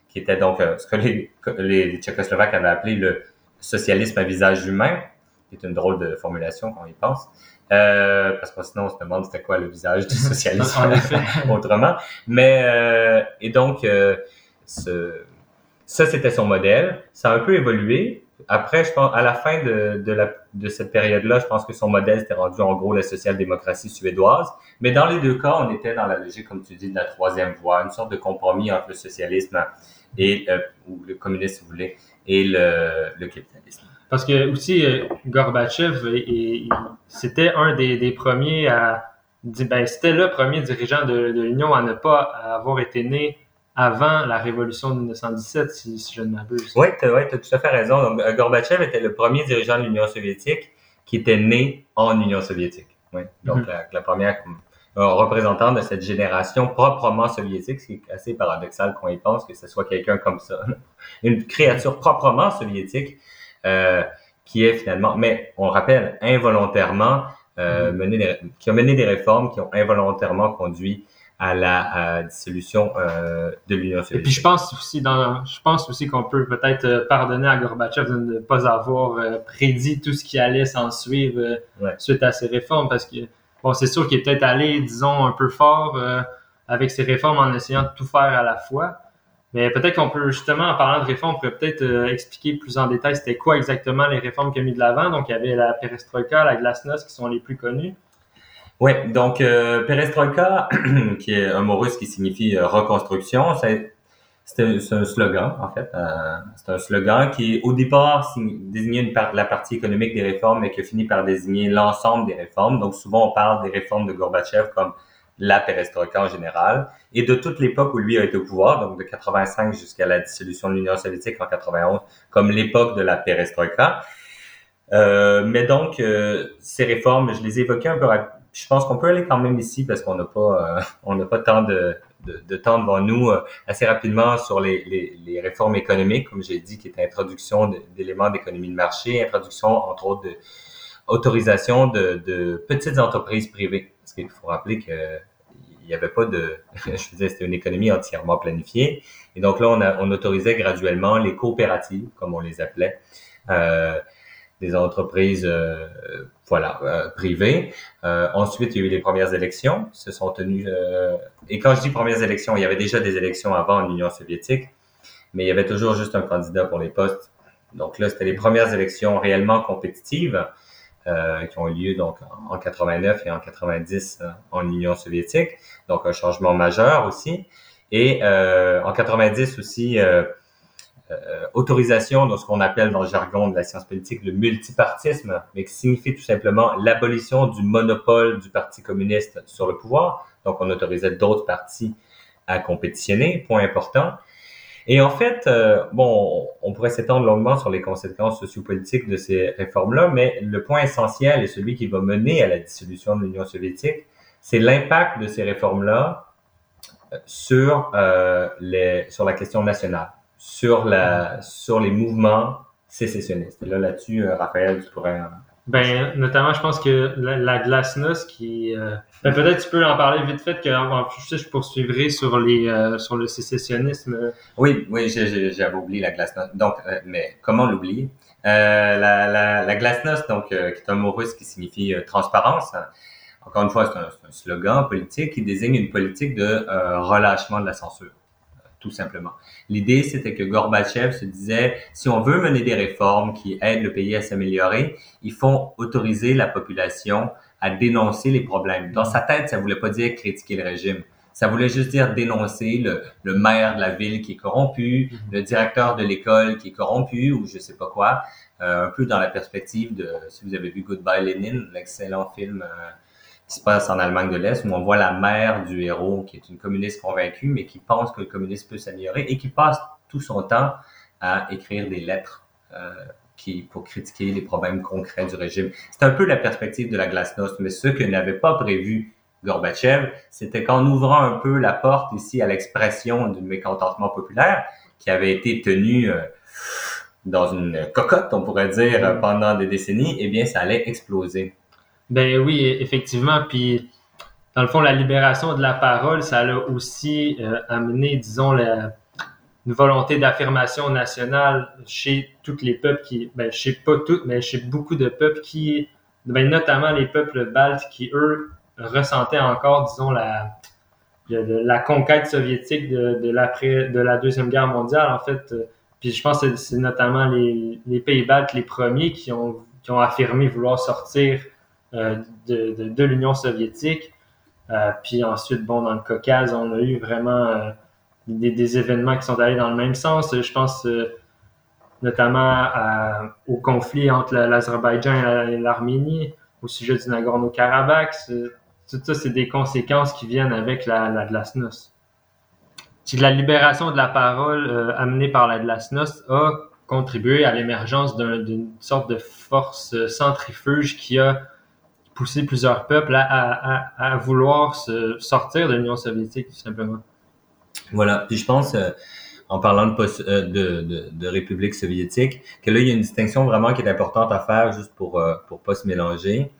[SPEAKER 3] qui était donc euh, ce que les, les Tchécoslovaques avaient appelé le socialisme à visage humain, qui est une drôle de formulation quand on y pense. Euh, parce que sinon, on se demande c'était quoi le visage du socialisme autrement. Mais, euh, et donc, euh, ce, ça, c'était son modèle. Ça a un peu évolué. Après, je pense, à la fin de, de, la, de cette période-là, je pense que son modèle s'était rendu en gros la social-démocratie suédoise. Mais dans les deux cas, on était dans la logique, comme tu dis, de la troisième voie, une sorte de compromis entre le socialisme et, euh, ou le communisme, si vous voulez, et le, le capitalisme.
[SPEAKER 2] Parce que aussi, euh, Gorbatchev, et, et, c'était un des, des premiers à dire, ben, c'était le premier dirigeant de, de l'Union à ne pas avoir été né avant la révolution de dix-neuf cent dix-sept, si, si je ne m'abuse.
[SPEAKER 3] Oui, tu as ouais, tout à fait raison. Donc, Gorbatchev était le premier dirigeant de l'Union soviétique qui était né en Union soviétique. Oui. Donc, mm-hmm. la, la première euh, représentant de cette génération proprement soviétique, c'est assez paradoxal qu'on y pense que ce soit quelqu'un comme ça. Une créature proprement soviétique euh, qui est finalement, mais on rappelle, involontairement, euh, mm-hmm. mené des, qui a mené des réformes qui ont involontairement conduit à la à dissolution euh, de l'Union soviétique.
[SPEAKER 2] Et puis je pense aussi dans, je pense aussi qu'on peut peut-être pardonner à Gorbatchev de ne pas avoir euh, prédit tout ce qui allait s'en suivre euh, ouais. suite à ces réformes, parce que bon, c'est sûr qu'il est peut-être allé, disons, un peu fort euh, avec ces réformes en essayant de tout faire à la fois. Mais peut-être qu'on peut justement, en parlant de réformes, on pourrait peut-être euh, expliquer plus en détail c'était quoi exactement les réformes qu'il a mis de l'avant. Donc il y avait la perestroïka, la glasnost qui sont les plus connues.
[SPEAKER 3] Oui, donc euh, perestroïka, qui est un mot russe qui signifie euh, reconstruction, c'est, c'est, c'est un slogan en fait. Euh, c'est un slogan qui, au départ, désignait une part, la partie économique des réformes, mais qui a fini par désigner l'ensemble des réformes. Donc souvent, on parle des réformes de Gorbatchev comme la perestroïka en général, et de toute l'époque où lui a été au pouvoir, donc de quatre-vingt-cinq jusqu'à la dissolution de l'Union soviétique en quatre-vingt-onze, comme l'époque de la perestroïka. Euh, mais donc, euh, ces réformes, je les évoquais un peu rapidement. Je pense qu'on peut aller quand même ici parce qu'on n'a pas, euh, on n'a pas tant de, de, de temps devant nous. Euh, assez rapidement sur les, les, les réformes économiques, comme j'ai dit, qui est introduction de, d'éléments d'économie de marché, introduction entre autres de autorisation de, de petites entreprises privées. Parce qu'il faut rappeler que il n'y avait pas de, je disais, c'était une économie entièrement planifiée. Et donc là, on, a, on autorisait graduellement les coopératives, comme on les appelait. Euh, des entreprises euh, voilà euh, privées. Euh, ensuite, il y a eu les premières élections qui se sont tenues. Euh, et quand je dis premières élections, il y avait déjà des élections avant en Union soviétique, mais il y avait toujours juste un candidat pour les postes. Donc là, c'était les premières élections réellement compétitives euh, qui ont eu lieu donc en quatre-vingt-neuf et en quatre-vingt-dix euh, en Union soviétique. Donc un changement majeur aussi. Et euh, en quatre-vingt-dix aussi. Euh, Euh, autorisation de ce qu'on appelle dans le jargon de la science politique le multipartisme, mais qui signifie tout simplement l'abolition du monopole du Parti communiste sur le pouvoir. Donc, on autorisait d'autres partis à compétitionner, point important. Et en fait, euh, bon, on pourrait s'étendre longuement sur les conséquences sociopolitiques de ces réformes-là, mais le point essentiel et celui qui va mener à la dissolution de l'Union soviétique, c'est l'impact de ces réformes-là sur, euh, les, sur la question nationale. Sur la sur les mouvements sécessionnistes. Et là, là-dessus, euh, Raphaël, tu pourrais... Euh...
[SPEAKER 2] Ben, notamment, je pense que la, la glasnost qui... Euh... Ben, peut-être tu peux en parler vite fait, que je, je poursuivrai sur, les, euh, sur le sécessionnisme.
[SPEAKER 3] Oui, oui, j'ai, j'ai, j'avais oublié la glasnost. Donc, euh, mais comment l'oublier? Euh, la, la, la glasnost, donc, euh, qui est un mot russe qui signifie euh, transparence. Hein. Encore une fois, c'est un, c'est un slogan politique qui désigne une politique de euh, relâchement de la censure. Tout simplement. L'idée, c'était que Gorbatchev se disait, si on veut mener des réformes qui aident le pays à s'améliorer, il faut autoriser la population à dénoncer les problèmes. Dans sa tête, ça voulait pas dire critiquer le régime. Ça voulait juste dire dénoncer le, le maire de la ville qui est corrompu, mm-hmm. le directeur de l'école qui est corrompu, ou je sais pas quoi. Euh, un peu dans la perspective de, si vous avez vu Goodbye Lenin, l'excellent film euh, qui se passe en Allemagne de l'Est, où on voit la mère du héros, qui est une communiste convaincue, mais qui pense que le communisme peut s'améliorer et qui passe tout son temps à écrire des lettres euh, qui, pour critiquer les problèmes concrets du régime. C'est un peu la perspective de la glasnost, mais ce que n'avait pas prévu Gorbatchev, c'était qu'en ouvrant un peu la porte ici à l'expression du mécontentement populaire, qui avait été tenu euh, dans une cocotte, on pourrait dire, euh, pendant des décennies, eh bien, ça allait exploser.
[SPEAKER 2] Ben oui, effectivement. Puis, dans le fond, la libération de la parole, ça a aussi euh, amené, disons, la, une volonté d'affirmation nationale chez tous les peuples qui, ben, chez pas tous, mais chez beaucoup de peuples qui, ben, notamment les peuples baltes qui, eux, ressentaient encore, disons, la, la, la conquête soviétique de, de, l'après, de la Deuxième Guerre mondiale, en fait. Puis je pense que c'est notamment les, les pays baltes les premiers qui ont, qui ont affirmé vouloir sortir euh, de, de, de l'Union soviétique. Euh, puis ensuite, bon, dans le Caucase, on a eu vraiment euh, des, des événements qui sont allés dans le même sens. Je pense euh, notamment à, au conflit entre l'Azerbaïdjan et l'Arménie, au sujet du Nagorno-Karabakh. Tout ça, c'est des conséquences qui viennent avec la, la glasnost. La libération de la parole euh, amenée par la glasnost a contribué à l'émergence d'un, d'une sorte de force centrifuge qui a poussé plusieurs peuples à, à, à vouloir se sortir de l'Union soviétique, tout simplement.
[SPEAKER 3] Voilà. Puis je pense, euh, en parlant de, post, euh, de, de, de République soviétique, que là, il y a une distinction vraiment qui est importante à faire juste pour euh, pour pas se mélanger.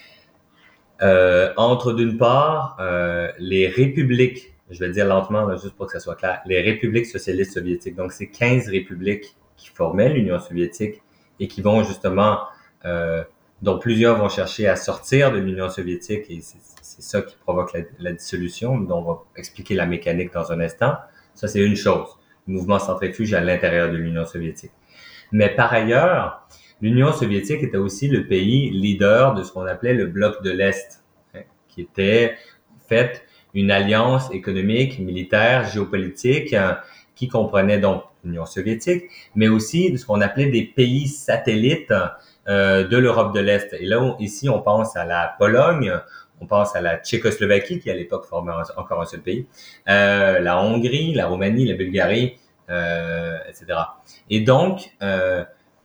[SPEAKER 3] Euh, entre, d'une part, euh, les républiques, je vais le dire lentement, là, juste pour que ça soit clair, les républiques socialistes soviétiques. Donc, c'est quinze républiques qui formaient l'Union soviétique et qui vont justement... Euh, dont plusieurs vont chercher à sortir de l'Union soviétique et c'est, c'est ça qui provoque la, la dissolution, dont on va expliquer la mécanique dans un instant. Ça, c'est une chose, le mouvement centrifuge à l'intérieur de l'Union soviétique. Mais par ailleurs, l'Union soviétique était aussi le pays leader de ce qu'on appelait le bloc de l'Est, hein, qui était en fait une alliance économique, militaire, géopolitique, hein, qui comprenait donc l'Union soviétique, mais aussi de ce qu'on appelait des pays satellites euh, de l'Europe de l'Est. Et là, on, ici, on pense à la Pologne, on pense à la Tchécoslovaquie, qui à l'époque formait encore un seul pays, euh, la Hongrie, la Roumanie, la Bulgarie, euh, et cetera. Et donc, euh,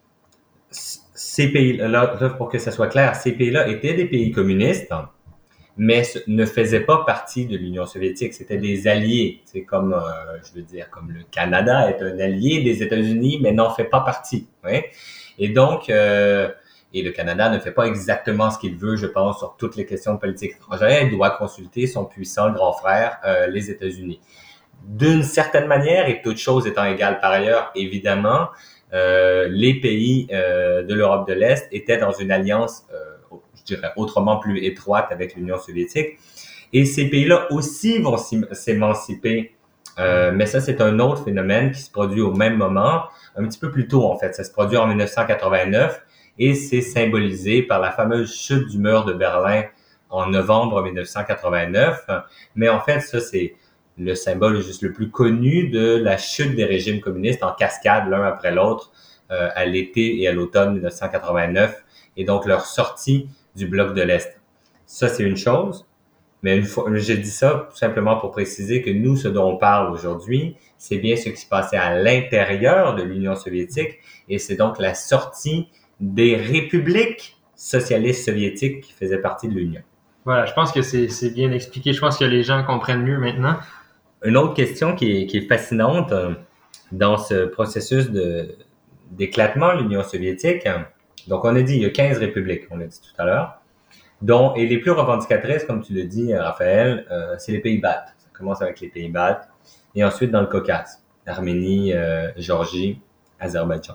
[SPEAKER 3] ces pays-là, pour que ça soit clair, ces pays-là étaient des pays communistes, mais ne faisaient pas partie de l'Union soviétique. C'était des alliés. C'est comme, euh, je veux dire, comme le Canada est un allié des États-Unis, mais n'en fait pas partie. Ouais. Et donc, euh, et le Canada ne fait pas exactement ce qu'il veut, je pense, sur toutes les questions de politique étrangère. Il doit consulter son puissant grand frère, euh, les États-Unis. D'une certaine manière, et toutes choses étant égales par ailleurs, évidemment, euh, les pays euh, de l'Europe de l'Est étaient dans une alliance, euh, je dirais, autrement plus étroite avec l'Union soviétique. Et ces pays-là aussi vont s'émanciper. Euh, mais ça, c'est un autre phénomène qui se produit au même moment, un petit peu plus tôt, en fait. Ça se produit en dix-neuf cent quatre-vingt-neuf et c'est symbolisé par la fameuse chute du mur de Berlin en novembre dix-neuf cent quatre-vingt-neuf. Mais en fait, ça, c'est le symbole juste le plus connu de la chute des régimes communistes en cascade, l'un après l'autre, euh, à l'été et à l'automne dix-neuf cent quatre-vingt-neuf, et donc leur sortie du bloc de l'Est. Ça, c'est une chose, mais une fois, j'ai dit ça tout simplement pour préciser que nous, ce dont on parle aujourd'hui, c'est bien ce qui se passait à l'intérieur de l'Union soviétique, et c'est donc la sortie des républiques socialistes soviétiques qui faisaient partie de l'Union.
[SPEAKER 2] Voilà, je pense que c'est, c'est bien expliqué. Je pense que les gens comprennent mieux maintenant.
[SPEAKER 3] Une autre question qui est, qui est fascinante euh, dans ce processus de, d'éclatement de l'Union soviétique, donc on a dit il y a quinze républiques, on l'a dit tout à l'heure, dont, et les plus revendicatrices, comme tu le dis, Raphaël, euh, c'est les pays baltes. Ça commence avec les pays baltes, et ensuite dans le Caucase, Arménie, euh, Géorgie, Azerbaïdjan.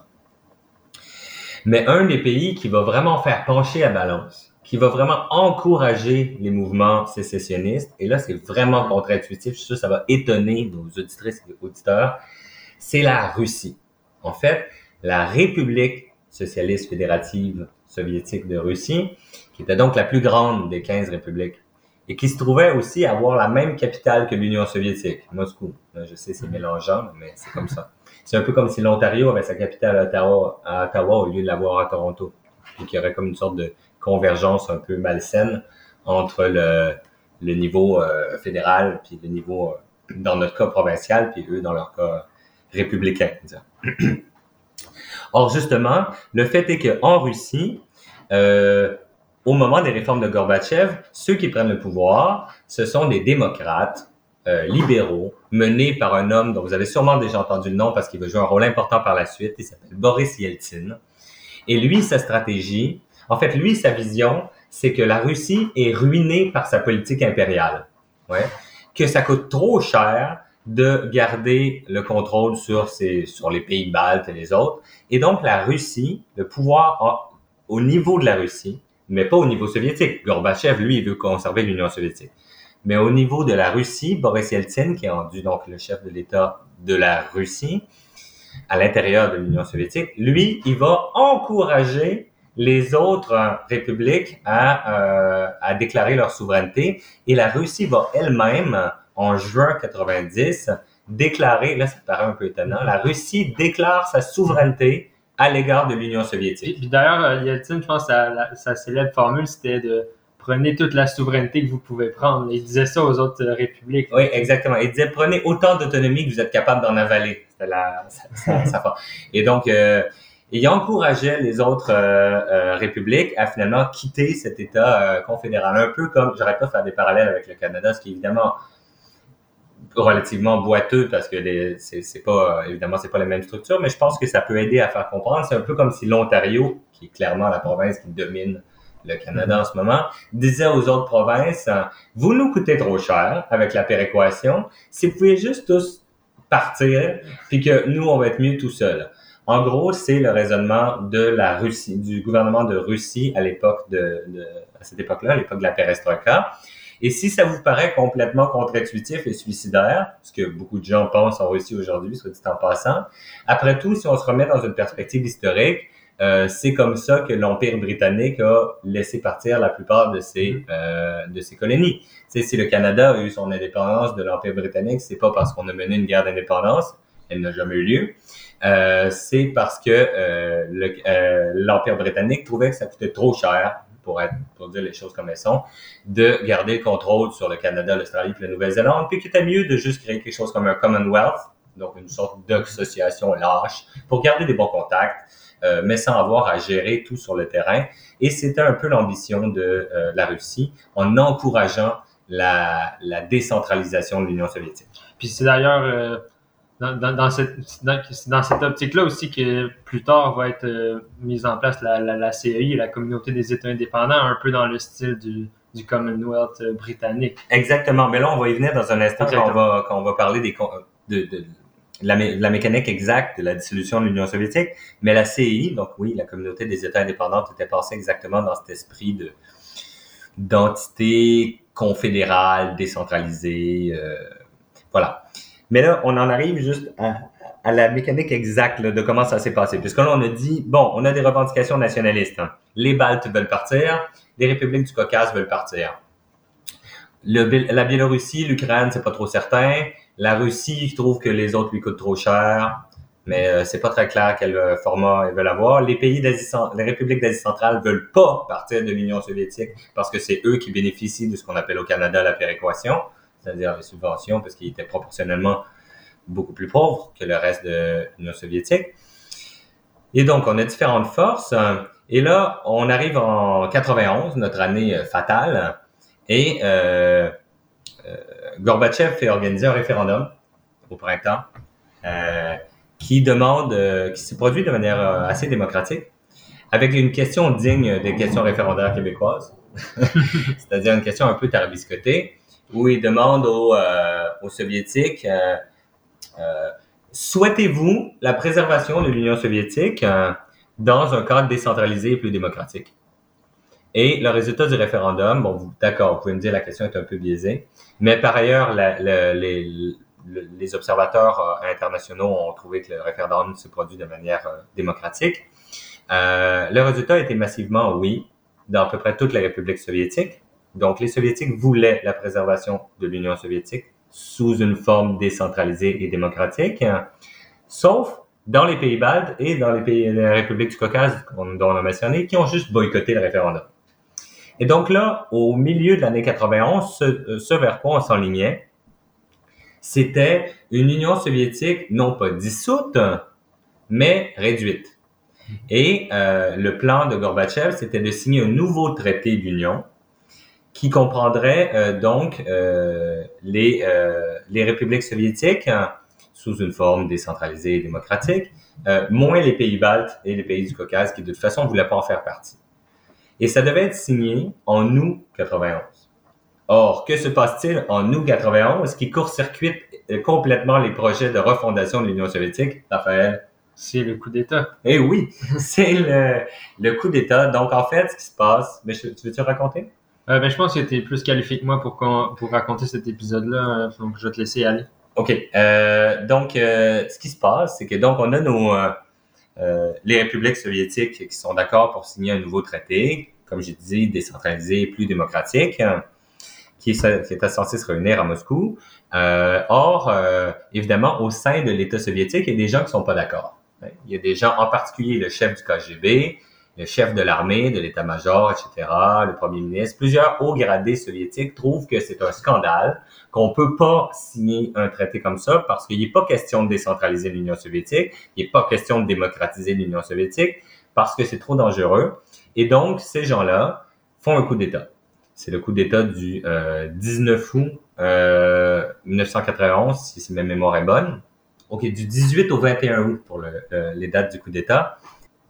[SPEAKER 3] Mais un des pays qui va vraiment faire pencher la balance, qui va vraiment encourager les mouvements sécessionnistes, et là, c'est vraiment contre-intuitif, je suis sûr que ça va étonner nos auditrices et auditeurs, c'est la Russie. En fait, la République socialiste fédérative soviétique de Russie, qui était donc la plus grande des quinze républiques, et qui se trouvait aussi avoir la même capitale que l'Union soviétique, Moscou. Là, je sais, c'est mélangeant, mais c'est comme ça. C'est un peu comme si l'Ontario avait sa capitale à Ottawa, à Ottawa au lieu de l'avoir à Toronto, et qu'il y aurait comme une sorte de convergence un peu malsaine entre le, le niveau euh, fédéral puis le niveau, euh, dans notre cas, provincial, puis eux, dans leur cas, républicain. Or, justement, le fait est qu'en Russie, euh, au moment des réformes de Gorbatchev, ceux qui prennent le pouvoir, ce sont des démocrates euh, libéraux menés par un homme dont vous avez sûrement déjà entendu le nom parce qu'il va jouer un rôle important par la suite. Il s'appelle Boris Yeltsin. Et lui, sa stratégie, en fait, lui, sa vision, c'est que la Russie est ruinée par sa politique impériale. Ouais. Que ça coûte trop cher de garder le contrôle sur, ces, sur les pays baltes et les autres. Et donc, la Russie, le pouvoir a, au niveau de la Russie, mais pas au niveau soviétique. Gorbatchev, lui, il veut conserver l'Union soviétique. Mais au niveau de la Russie, Boris Yeltsin, qui est rendu donc le chef de l'État de la Russie, à l'intérieur de l'Union soviétique, lui, il va encourager les autres républiques à, euh, à déclarer leur souveraineté. Et la Russie va elle-même, en juin quatre-vingt-dix, déclarer, là ça paraît un peu étonnant, la Russie déclare sa souveraineté à l'égard de l'Union soviétique.
[SPEAKER 2] Puis d'ailleurs, Yeltsin, je pense, sa, sa célèbre formule, c'était de « prenez toute la souveraineté que vous pouvez prendre ». Il disait ça aux autres républiques.
[SPEAKER 3] Oui, exactement. Il disait « prenez autant d'autonomie que vous êtes capable d'en avaler ». C'était la, sa, sa, sa forme. Et donc, euh, il encourageait les autres euh, euh, républiques à finalement quitter cet État euh, confédéral. Un peu comme, j'arrête pas de faire des parallèles avec le Canada, ce qui est évidemment relativement boiteux parce que les, c'est, c'est pas, évidemment, c'est pas les mêmes structures, mais je pense que ça peut aider à faire comprendre. C'est un peu comme si l'Ontario, qui est clairement la province qui domine le Canada en ce moment, disait aux autres provinces, vous nous coûtez trop cher avec la péréquation, si vous pouvez juste tous partir, puis que nous, on va être mieux tout seuls. En gros, c'est le raisonnement de la Russie, du gouvernement de Russie à l'époque de, de à cette époque-là, à l'époque de la perestroïka. Et si ça vous paraît complètement contre-intuitif et suicidaire, ce que beaucoup de gens pensent en Russie aujourd'hui, soit dit en passant, après tout, si on se remet dans une perspective historique, euh, c'est comme ça que l'Empire britannique a laissé partir la plupart de ses, euh, de ses colonies. Tu sais, si le Canada a eu son indépendance de l'Empire britannique, c'est pas parce qu'on a mené une guerre d'indépendance, elle n'a jamais eu lieu, euh, c'est parce que euh, le, euh, l'Empire britannique trouvait que ça coûtait trop cher, pour être, pour dire les choses comme elles sont, de garder le contrôle sur le Canada, l'Australie et la Nouvelle-Zélande, puis qu'il était mieux de juste créer quelque chose comme un Commonwealth, donc une sorte d'association lâche, pour garder des bons contacts, euh, mais sans avoir à gérer tout sur le terrain. Et c'était un peu l'ambition de euh, la Russie, en encourageant la, la décentralisation de l'Union soviétique.
[SPEAKER 2] Puis c'est d'ailleurs euh, dans, dans, dans, cette, dans, dans cette optique-là aussi que plus tard va être euh, mise en place la, la, la C E I, la Communauté des États indépendants, un peu dans le style du, du Commonwealth euh, britannique.
[SPEAKER 3] Exactement. Mais là, on va y venir dans un instant quand on va, quand on va parler des, de, de, de, la, de la mécanique exacte de la dissolution de l'Union soviétique. Mais la C E I, donc oui, la Communauté des États indépendants, était pensée exactement dans cet esprit de d'entité confédérale, décentralisée. Euh, voilà. Mais là, on en arrive juste à, à la mécanique exacte là, de comment ça s'est passé. Puisque là, on a dit, bon, on a des revendications nationalistes. Hein. Les Baltes veulent partir, les républiques du Caucase veulent partir. Le, la Biélorussie, l'Ukraine, c'est pas trop certain. La Russie trouve que les autres lui coûtent trop cher, mais euh, c'est pas très clair quel euh, format ils veulent avoir. Les pays d'Asie, les républiques d'Asie centrale veulent pas partir de l'Union soviétique parce que c'est eux qui bénéficient de ce qu'on appelle au Canada la péréquation, c'est-à-dire les subventions, parce qu'ils étaient proportionnellement beaucoup plus pauvres que le reste de l'Union soviétique. Et donc, on a différentes forces. Et là, on arrive en quatre-vingt-onze, notre année fatale, et euh, euh, Gorbatchev fait organiser un référendum au printemps euh, qui demande, euh, qui se produit de manière euh, assez démocratique, avec une question digne des questions référendaires québécoises, c'est-à-dire une question un peu tarabiscotée, où il demande aux, euh, aux Soviétiques euh, euh, souhaitez-vous la préservation de l'Union soviétique euh, dans un cadre décentralisé et plus démocratique? Et le résultat du référendum, bon, vous, d'accord, vous pouvez me dire la question est un peu biaisée, mais par ailleurs, la, la, les, le, les observateurs euh, internationaux ont trouvé que le référendum se produit de manière euh, démocratique. Euh, le résultat a été massivement oui dans à peu près toutes les républiques soviétiques. Donc, les Soviétiques voulaient la préservation de l'Union soviétique sous une forme décentralisée et démocratique, hein, sauf dans les pays baltes et dans les pays, les républiques du Caucase, dont on a mentionné, qui ont juste boycotté le référendum. Et donc là, au milieu de l'année quatre-vingt-onze, ce, ce vers quoi on s'enlignait, c'était une Union soviétique non pas dissoute, mais réduite. Et euh, le plan de Gorbatchev, c'était de signer un nouveau traité d'union qui comprendrait euh, donc euh, les, euh, les républiques soviétiques hein, sous une forme décentralisée et démocratique, euh, moins les pays baltes et les pays du Caucase qui de toute façon ne voulaient pas en faire partie. Et ça devait être signé en août quatre-vingt-onze. Or, que se passe-t-il en août quatre-vingt-onze qui court-circuite complètement les projets de refondation de l'Union soviétique, Raphaël?
[SPEAKER 2] C'est le coup d'État.
[SPEAKER 3] Eh oui, c'est le, le coup d'État. Donc, en fait, ce qui se passe... Mais tu veux-tu raconter?
[SPEAKER 2] Euh, ben, je pense que tu es plus qualifié que moi pour, pour raconter cet épisode-là, donc je vais te laisser aller.
[SPEAKER 3] OK. Euh, donc, euh, ce qui se passe, c'est que donc on a nos euh, euh, les républiques soviétiques qui sont d'accord pour signer un nouveau traité, comme j'ai dit, décentralisé et plus démocratique, hein, qui, est, qui était censé se réunir à Moscou. Euh, or, euh, évidemment, au sein de l'État soviétique, il y a des gens qui sont pas d'accord. Il y a des gens, en particulier le chef du K G B, le chef de l'armée, de l'état-major, et cetera, le premier ministre, plusieurs hauts gradés soviétiques trouvent que c'est un scandale, qu'on peut pas signer un traité comme ça parce qu'il n'est pas question de décentraliser l'Union soviétique, il n'est pas question de démocratiser l'Union soviétique parce que c'est trop dangereux. Et donc, ces gens-là font un coup d'État. C'est le coup d'État du euh, dix-neuf août euh, dix-neuf cent quatre-vingt-onze, si ma mémoire est bonne. OK, du dix-huit au vingt et un août pour le, euh, les dates du coup d'État.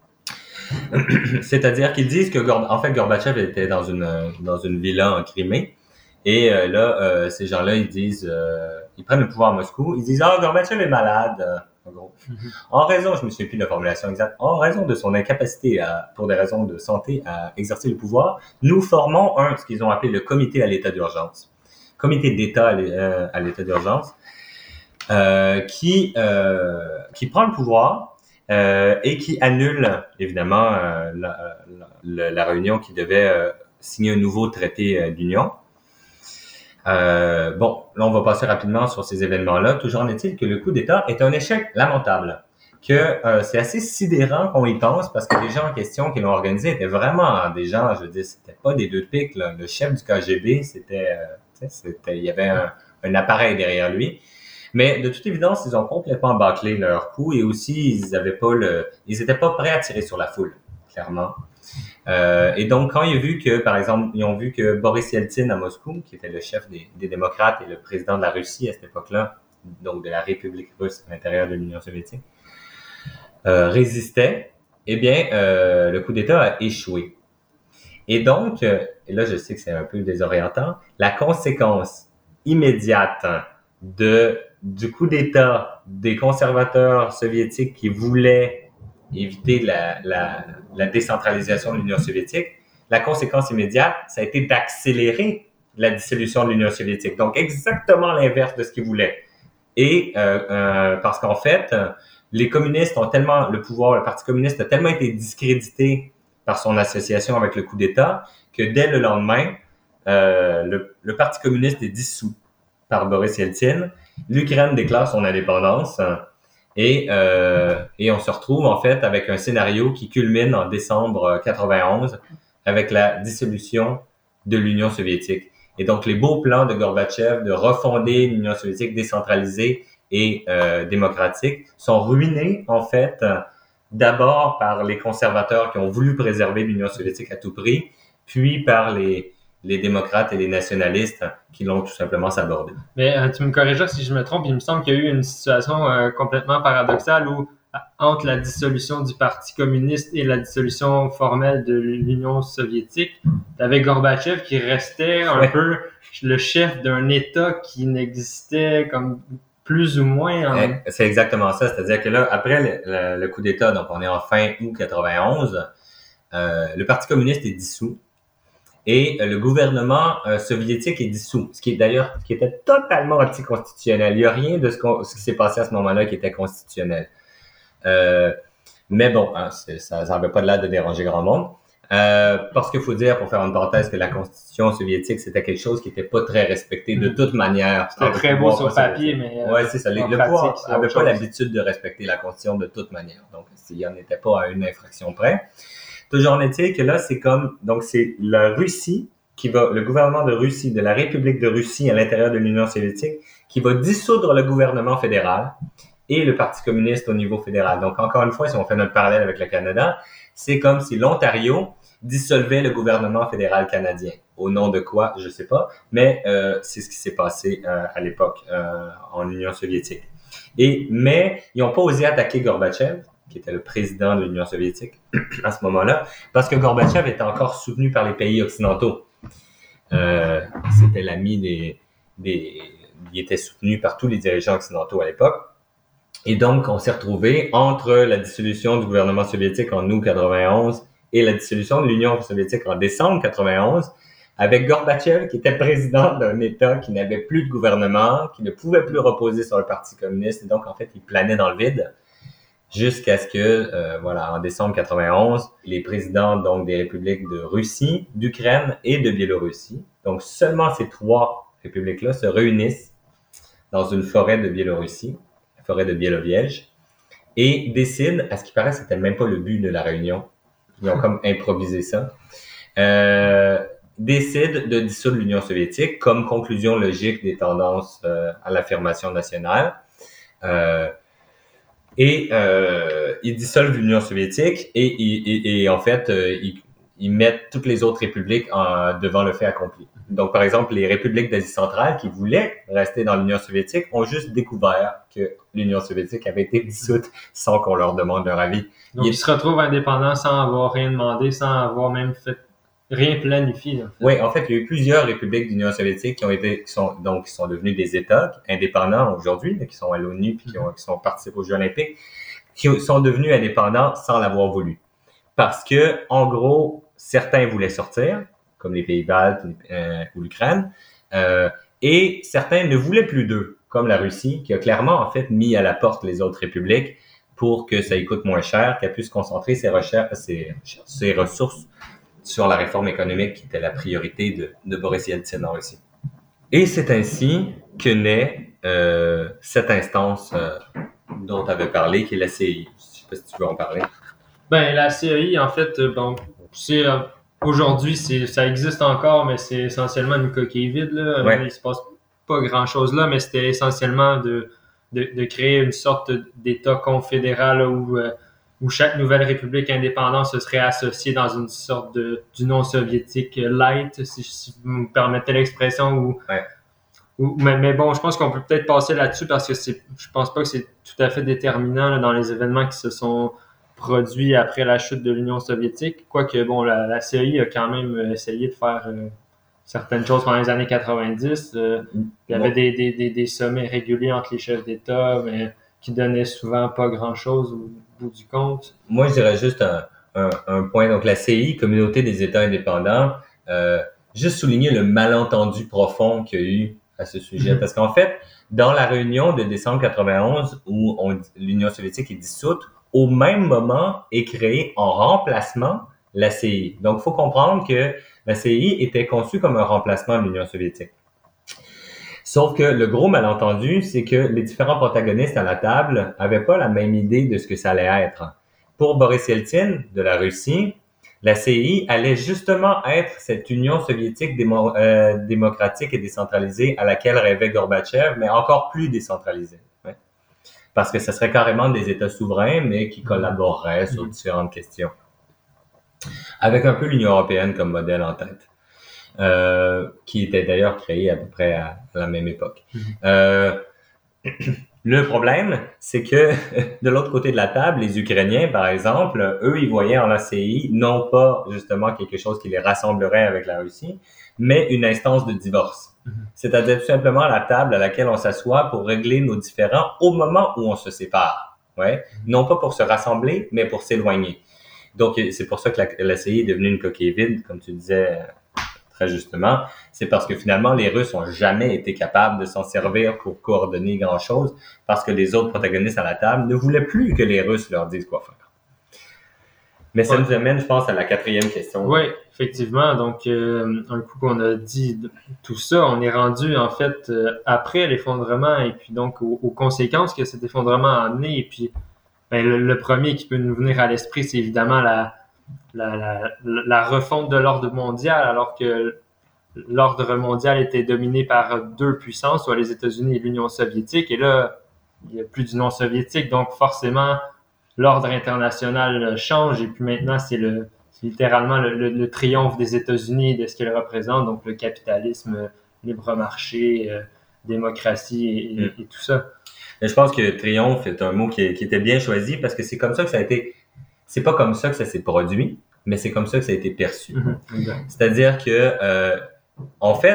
[SPEAKER 3] C'est-à-dire qu'ils disent que, en fait, Gorbatchev était dans une dans une villa en Crimée, et euh, là, euh, ces gens-là, ils disent, euh, ils prennent le pouvoir à Moscou, ils disent, ah, oh, Gorbatchev est malade, euh, en gros. Mm-hmm. En raison, je me souviens plus de la formulation exacte, en raison de son incapacité à, pour des raisons de santé, à exercer le pouvoir, nous formons un, ce qu'ils ont appelé le comité à l'état d'urgence, comité d'État à l'état d'urgence, euh, qui euh, qui prend le pouvoir. Euh, et qui annule, évidemment, euh, la, la, la réunion qui devait euh, signer un nouveau traité euh, d'union. Euh, bon, là, on va passer rapidement sur ces événements-là. Toujours est-il que le coup d'État est un échec lamentable, que euh, c'est assez sidérant qu'on y pense, parce que les gens en question qui l'ont organisé étaient vraiment des gens, je veux dire, c'était pas des deux de pique, là. Le chef du K G B, c'était, euh, c'était il y avait un, un appareil derrière lui. Mais de toute évidence, ils ont complètement bâclé leur coup et aussi ils avaient pas le, ils étaient pas prêts à tirer sur la foule, clairement. Euh, et donc quand ils ont vu que, par exemple, ils ont vu que Boris Yeltsin à Moscou, qui était le chef des, des démocrates et le président de la Russie à cette époque-là, donc de la République russe à l'intérieur de l'Union soviétique, euh, résistait, eh bien, euh, le coup d'État a échoué. Et donc, et là je sais que c'est un peu désorientant, la conséquence immédiate de du coup d'État des conservateurs soviétiques qui voulaient éviter la, la, la décentralisation de l'Union soviétique, la conséquence immédiate, ça a été d'accélérer la dissolution de l'Union soviétique. Donc, exactement l'inverse de ce qu'ils voulaient. Et euh, euh, parce qu'en fait, les communistes ont tellement, le pouvoir, le Parti communiste a tellement été discrédité par son association avec le coup d'État que dès le lendemain, euh, le, le Parti communiste est dissous par Boris Yeltsin. L'Ukraine déclare son indépendance et, euh, et on se retrouve en fait avec un scénario qui culmine en décembre quatre-vingt-onze avec la dissolution de l'Union soviétique. Et donc les beaux plans de Gorbatchev de refonder l'Union soviétique décentralisée et euh, démocratique sont ruinés en fait d'abord par les conservateurs qui ont voulu préserver l'Union soviétique à tout prix, puis par les les démocrates et les nationalistes qui l'ont tout simplement sabordé.
[SPEAKER 2] Mais euh, tu me corrigeras si je me trompe, il me semble qu'il y a eu une situation euh, complètement paradoxale où, entre la dissolution du Parti communiste et la dissolution formelle de l'Union soviétique, tu avais Gorbatchev qui restait un ouais. peu le chef d'un État qui n'existait comme plus ou moins. En...
[SPEAKER 3] C'est exactement ça, c'est-à-dire que là, après le, le, le coup d'État, donc on est en fin août quatre-vingt-onze, euh, le Parti communiste est dissous. Et le gouvernement euh, soviétique est dissous, ce qui est d'ailleurs qui était totalement anticonstitutionnel. Il n'y a rien de ce, ce qui s'est passé à ce moment-là qui était constitutionnel. Euh, mais bon, hein, ça n'avait pas l'air de déranger grand monde. Euh, parce qu'il faut dire, pour faire une parenthèse, que la constitution soviétique, c'était quelque chose qui n'était pas très respecté de toute manière.
[SPEAKER 2] C'était très beau sur papier, mais...
[SPEAKER 3] Euh, oui, c'est ça. Le pouvoir n'avait pas l'habitude de respecter la constitution de toute manière. Donc, il n'y en était pas à une infraction près. Toujours est-il que là, c'est comme, donc c'est la Russie qui va, le gouvernement de Russie, de la République de Russie à l'intérieur de l'Union soviétique, qui va dissoudre le gouvernement fédéral et le Parti communiste au niveau fédéral. Donc, encore une fois, si on fait notre parallèle avec le Canada, c'est comme si l'Ontario dissolvait le gouvernement fédéral canadien. Au nom de quoi, je sais pas, mais euh, c'est ce qui s'est passé euh, à l'époque euh, en Union soviétique. Et, mais, ils n'ont pas osé attaquer Gorbatchev, qui était le président de l'Union soviétique à ce moment-là, parce que Gorbatchev était encore soutenu par les pays occidentaux. Euh, c'était l'ami des, des, il était soutenu par tous les dirigeants occidentaux à l'époque. Et donc, on s'est retrouvé entre la dissolution du gouvernement soviétique en août quatre-vingt-onze et la dissolution de l'Union soviétique en décembre quatre-vingt-onze, avec Gorbatchev qui était président d'un État qui n'avait plus de gouvernement, qui ne pouvait plus reposer sur le Parti communiste. Et donc, en fait, il planait dans le vide jusqu'à ce que, euh, voilà, en décembre quatre-vingt-onze, les présidents donc des républiques de Russie, d'Ukraine et de Biélorussie, donc seulement ces trois républiques-là se réunissent dans une forêt de Biélorussie, la forêt de Bieloviège, et décident, à ce qui paraît, c'était même pas le but de la réunion, ils ont comme improvisé ça, euh, décident de dissoudre l'Union soviétique comme conclusion logique des tendances euh, à l'affirmation nationale. Euh, et euh, ils dissolvent l'Union soviétique et, et, et, et en fait, euh, ils, ils mettent toutes les autres républiques en, devant le fait accompli. Donc, par exemple, les républiques d'Asie centrale qui voulaient rester dans l'Union soviétique ont juste découvert que l'Union soviétique avait été dissoute sans qu'on leur demande leur avis.
[SPEAKER 2] Donc, ils, ils se retrouvent indépendants sans avoir rien demandé, sans avoir même fait rien planifié. En fait.
[SPEAKER 3] Oui, en fait, il y a eu plusieurs républiques d'Union soviétique qui ont été, qui sont donc qui sont devenus des États indépendants aujourd'hui, qui sont à l'ONU puis qui, ont, qui sont participés aux Jeux olympiques, qui sont devenus indépendants sans l'avoir voulu, parce que en gros, certains voulaient sortir, comme les Pays-Baltes euh, ou l'Ukraine, euh, et certains ne voulaient plus d'eux, comme la Russie, qui a clairement en fait mis à la porte les autres républiques pour que ça y coûte moins cher, qu'elle puisse concentrer ses recherches, ses, ses ressources sur la réforme économique qui était la priorité de, de Boris Yeltsin en Russie. Et c'est ainsi que naît euh, cette instance euh, dont tu avais parlé, qui est la C E I. Je ne sais pas si tu veux en parler.
[SPEAKER 2] Ben, la C E I, en fait, bon, c'est, euh, aujourd'hui, c'est, ça existe encore, mais c'est essentiellement une coquille vide. Là.
[SPEAKER 3] Ouais.
[SPEAKER 2] Il ne se passe pas grand-chose là, mais c'était essentiellement de, de, de créer une sorte d'État confédéral là, où... Euh, où chaque nouvelle république indépendante se serait associée dans une sorte de d'union soviétique light, si, si vous me permettez l'expression. Ou,
[SPEAKER 3] ouais.
[SPEAKER 2] ou, mais, mais bon, je pense qu'on peut peut-être passer là-dessus parce que c'est, je pense pas que c'est tout à fait déterminant là, dans les événements qui se sont produits après la chute de l'Union soviétique. Quoique, bon, la, la C E I a quand même essayé de faire euh, certaines choses pendant les années quatre-vingt-dix. Euh, il y avait bon. des, des, des, des sommets réguliers entre les chefs d'État, mais qui donnaient souvent pas grand-chose au bout du compte.
[SPEAKER 3] Moi, je dirais juste un, un, un point. Donc, la C E I, Communauté des États indépendants, euh, juste souligner le malentendu profond qu'il y a eu à ce sujet. Mm-hmm. Parce qu'en fait, dans la réunion de décembre quatre-vingt-onze, où on, l'Union soviétique est dissoute, au même moment est créée en remplacement la C E I. Donc, il faut comprendre que la C E I était conçue comme un remplacement de l'Union soviétique. Sauf que le gros malentendu, c'est que les différents protagonistes à la table avaient pas la même idée de ce que ça allait être. Pour Boris Yeltsin, de la Russie, la C E I allait justement être cette Union soviétique démo, euh, démocratique et décentralisée à laquelle rêvait Gorbatchev, mais encore plus décentralisée. Ouais. Parce que ce serait carrément des États souverains, mais qui collaboreraient sur différentes questions. Avec un peu l'Union européenne comme modèle en tête. Euh, qui était d'ailleurs créé à peu près à, à la même époque. Mm-hmm. Euh, le problème, c'est que de l'autre côté de la table, les Ukrainiens, par exemple, eux, ils voyaient en la C E I non pas justement quelque chose qui les rassemblerait avec la Russie, mais une instance de divorce. Mm-hmm. C'est-à-dire tout simplement la table à laquelle on s'assoit pour régler nos différends au moment où on se sépare. Ouais? Mm-hmm. Non pas pour se rassembler, mais pour s'éloigner. Donc, c'est pour ça que la, la C E I est devenue une coquille vide, comme tu disais très justement, c'est parce que finalement, les Russes ont jamais été capables de s'en servir pour coordonner grand-chose parce que les autres protagonistes à la table ne voulaient plus que les Russes leur disent quoi faire. Mais ça ouais. nous amène, je pense, à la quatrième question.
[SPEAKER 2] Oui, effectivement. Donc, euh, un coup qu'on a dit tout ça, on est rendu, en fait, euh, après l'effondrement et puis donc aux, aux conséquences que cet effondrement a amené. Et puis, ben, le, le premier qui peut nous venir à l'esprit, c'est évidemment la La, la, la refonte de l'ordre mondial, alors que l'ordre mondial était dominé par deux puissances, soit les États-Unis et l'Union soviétique. Et là, il n'y a plus d'Union soviétique, donc forcément, l'ordre international change. Et puis maintenant, c'est, le, c'est littéralement le, le, le triomphe des États-Unis et de ce qu'ils représentent, donc le capitalisme, libre marché, euh, démocratie et, et, et tout ça.
[SPEAKER 3] Et je pense que triomphe est un mot qui, qui était bien choisi parce que c'est comme ça que ça a été... C'est pas comme ça que ça s'est produit, mais c'est comme ça que ça a été perçu. Mm-hmm. C'est-à-dire que, euh, en fait,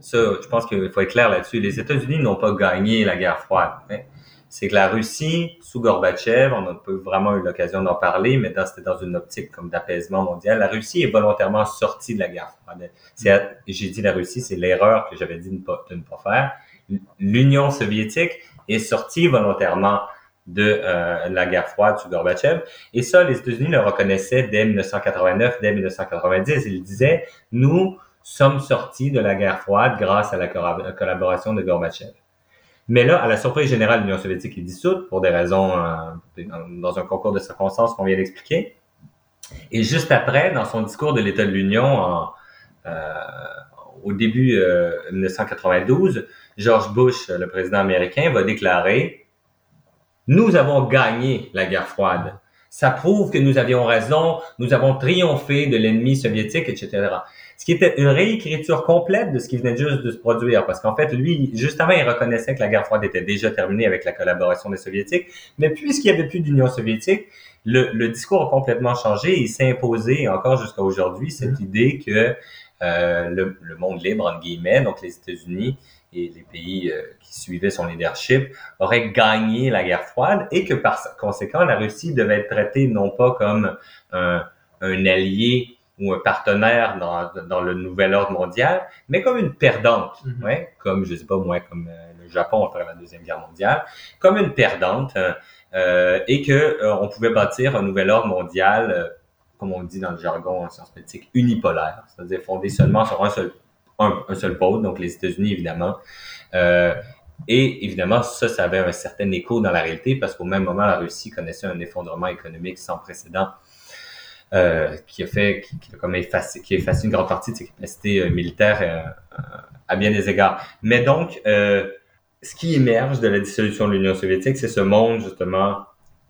[SPEAKER 3] ça, je pense qu'il faut être clair là-dessus. Les États-Unis n'ont pas gagné la guerre froide. Hein. C'est que la Russie, sous Gorbatchev, on n'a pas vraiment eu l'occasion d'en parler, mais dans, c'était dans une optique comme d'apaisement mondial. La Russie est volontairement sortie de la guerre froide. C'est, j'ai dit la Russie, c'est l'erreur que j'avais dit de ne pas, de ne pas faire. L'Union soviétique est sortie volontairement de euh, la guerre froide sous Gorbatchev. Et ça, les États-Unis le reconnaissaient dès dix-neuf cent quatre-vingt-neuf, dès dix-neuf cent quatre-vingt-dix. Ils disaient, nous sommes sortis de la guerre froide grâce à la collaboration de Gorbatchev. Mais là, à la surprise générale, l'Union soviétique est dissoute pour des raisons, euh, dans un concours de circonstances qu'on vient d'expliquer. Et juste après, dans son discours de l'État de l'Union, en, euh, au début euh, dix-neuf cent quatre-vingt-douze, George Bush, le président américain, va déclarer « Nous avons gagné la guerre froide. Ça prouve que nous avions raison, nous avons triomphé de l'ennemi soviétique, et cetera » Ce qui était une réécriture complète de ce qui venait juste de se produire. Parce qu'en fait, lui, juste avant, il reconnaissait que la guerre froide était déjà terminée avec la collaboration des Soviétiques. Mais puisqu'il n'y avait plus d'Union soviétique, le, le discours a complètement changé. Il s'est imposé, encore jusqu'à aujourd'hui, cette mmh. idée que euh, le, le monde libre, entre guillemets, donc les États-Unis et les pays euh, qui suivaient son leadership, auraient gagné la guerre froide et que par conséquent, la Russie devait être traitée non pas comme un, un allié ou un partenaire dans, dans le nouvel ordre mondial, mais comme une perdante, mm-hmm. ouais, comme, je sais pas moi, comme euh, le Japon après la Deuxième Guerre mondiale, comme une perdante, euh, et que euh, on pouvait bâtir un nouvel ordre mondial, euh, comme on dit dans le jargon en sciences politiques, unipolaire, c'est-à-dire fondé seulement sur un seul, un, un seul pôle, donc les États-Unis évidemment. Euh, et évidemment, ça, ça avait un certain écho dans la réalité, parce qu'au même moment, la Russie connaissait un effondrement économique sans précédent. Euh, qui a fait, qui, qui a comme effacé, qui a effacé une grande partie de ses capacités euh, militaires euh, euh, à bien des égards. Mais donc, euh, ce qui émerge de la dissolution de l'Union soviétique, c'est ce monde justement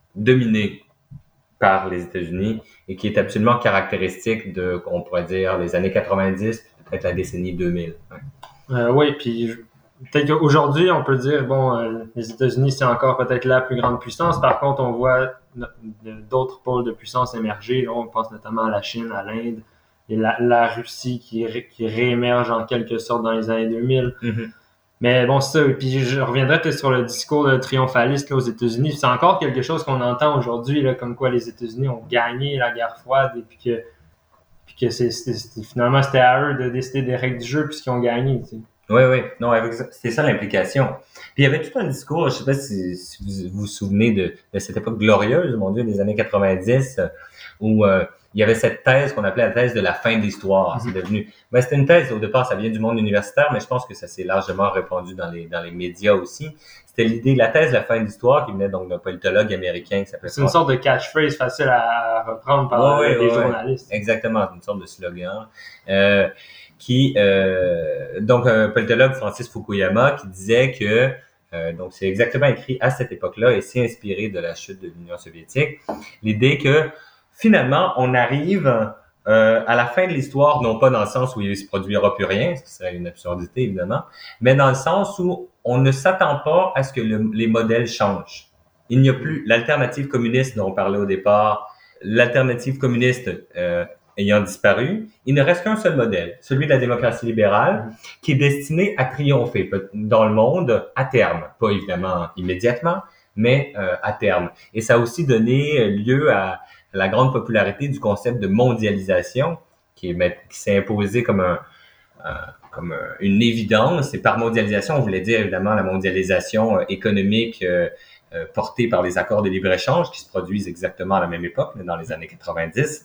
[SPEAKER 3] dominé par les États-Unis et qui est absolument caractéristique de, on pourrait dire, les années quatre-vingt-dix, peut-être la décennie deux mille.
[SPEAKER 2] Ouais. Euh, oui, puis peut-être qu'aujourd'hui, on peut dire, bon, euh, les États-Unis, c'est encore peut-être la plus grande puissance. Par contre, on voit d'autres pôles de puissance émerger. Là, on pense notamment à la Chine, à l'Inde, et la, la Russie qui, ré, qui réémerge en quelque sorte dans les années deux mille. Mm-hmm. Mais bon, c'est ça. Puis je reviendrai peut-être sur le discours de triomphaliste là, aux États-Unis. C'est encore quelque chose qu'on entend aujourd'hui, là, comme quoi les États-Unis ont gagné la guerre froide et puis que, puis que c'est, c'est, c'est, finalement c'était à eux de décider des règles du jeu puisqu'ils ont gagné. Tu sais.
[SPEAKER 3] Oui, oui. Non, c'était ça l'implication. Puis il y avait tout un discours, je ne sais pas si, si vous, vous vous souvenez de, de cette époque glorieuse, mon Dieu, des années quatre-vingt-dix, où euh, il y avait cette thèse qu'on appelait la thèse de la fin de l'histoire. Mm-hmm. C'est devenu. Ben, c'était une thèse, au départ, ça vient du monde universitaire, mais je pense que ça s'est largement répandu dans les, dans les médias aussi. C'était l'idée de la thèse de la fin de l'histoire qui venait donc d'un politologue américain qui s'appelait.
[SPEAKER 2] C'est une sorte de catchphrase facile à reprendre par oh, les oui, journalistes.
[SPEAKER 3] Oui. Exactement, une sorte de slogan. Euh, qui euh, donc un politologue, Francis Fukuyama, qui disait que euh, donc c'est exactement écrit à cette époque-là et c'est inspiré de la chute de l'Union soviétique, l'idée que finalement on arrive euh, à la fin de l'histoire, non pas dans le sens où il ne se produira plus rien, ce qui serait une absurdité évidemment, mais dans le sens où on ne s'attend pas à ce que le, les modèles changent. Il n'y a plus l'alternative communiste dont on parlait au départ, l'alternative communiste euh, ayant disparu, il ne reste qu'un seul modèle, celui de la démocratie libérale, qui est destiné à triompher dans le monde à terme, pas évidemment immédiatement, mais euh, à terme. Et ça a aussi donné lieu à la grande popularité du concept de mondialisation, qui, est, qui s'est imposé comme, un, euh, comme une évidence. Et par mondialisation, on voulait dire évidemment la mondialisation euh, économique euh, euh, portée par les accords de libre-échange qui se produisent exactement à la même époque, mais dans les années quatre-vingt-dix.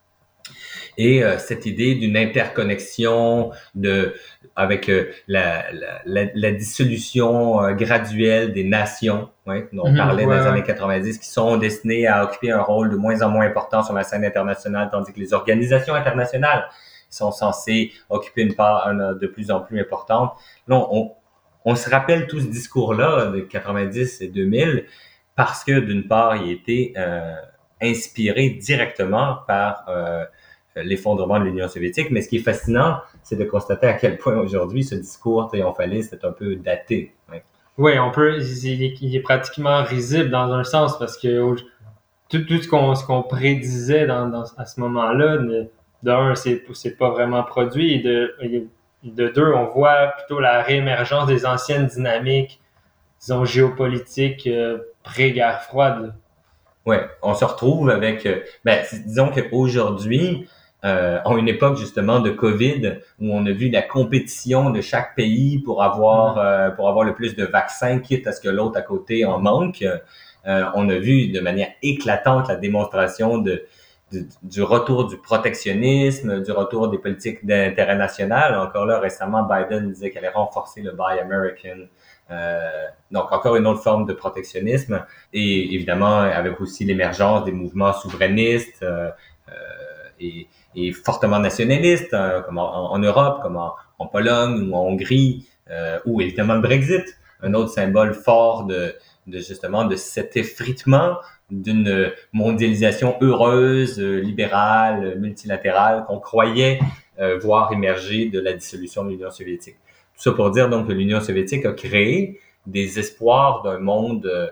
[SPEAKER 3] Et euh, cette idée d'une interconnexion de avec euh, la, la, la dissolution euh, graduelle des nations, ouais, dont on mmh, parlait ouais, dans les ouais. années quatre-vingt-dix, qui sont destinées à occuper un rôle de moins en moins important sur la scène internationale, tandis que les organisations internationales sont censées occuper une part une, de plus en plus importante. Là, on, on, on se rappelle tout ce discours-là de quatre-vingt-dix et deux mille parce que, d'une part, il était euh, inspiré directement par euh, l'effondrement de l'Union soviétique. Mais ce qui est fascinant, c'est de constater à quel point aujourd'hui ce discours triomphaliste est un peu daté. Ouais.
[SPEAKER 2] Oui, on peut, il est, il est pratiquement risible dans un sens parce que tout, tout ce qu'on, ce qu'on prédisait dans, dans, à ce moment-là, de, de un, c'est, c'est pas vraiment produit et de, de deux, on voit plutôt la réémergence des anciennes dynamiques, disons, géopolitiques euh, pré-guerre froide.
[SPEAKER 3] Oui, on se retrouve avec, euh, ben, disons qu'aujourd'hui, euh, en une époque justement de COVID, où on a vu la compétition de chaque pays pour avoir, euh, pour avoir le plus de vaccins, quitte à ce que l'autre à côté en manque, euh, on a vu de manière éclatante la démonstration de, de du retour du protectionnisme, du retour des politiques d'intérêt national. Encore là, récemment, Biden disait qu'elle allait renforcer le Buy American. Euh, donc, encore une autre forme de protectionnisme. Et évidemment, avec aussi l'émergence des mouvements souverainistes euh, euh, et, et fortement nationalistes, euh, comme en, en Europe, comme en, en Pologne ou en Hongrie, euh, ou évidemment le Brexit, un autre symbole fort de, de justement de cet effritement d'une mondialisation heureuse, libérale, multilatérale qu'on croyait euh, voir émerger de la dissolution de l'Union soviétique. Tout ça pour dire donc que l'Union soviétique a créé des espoirs d'un monde euh,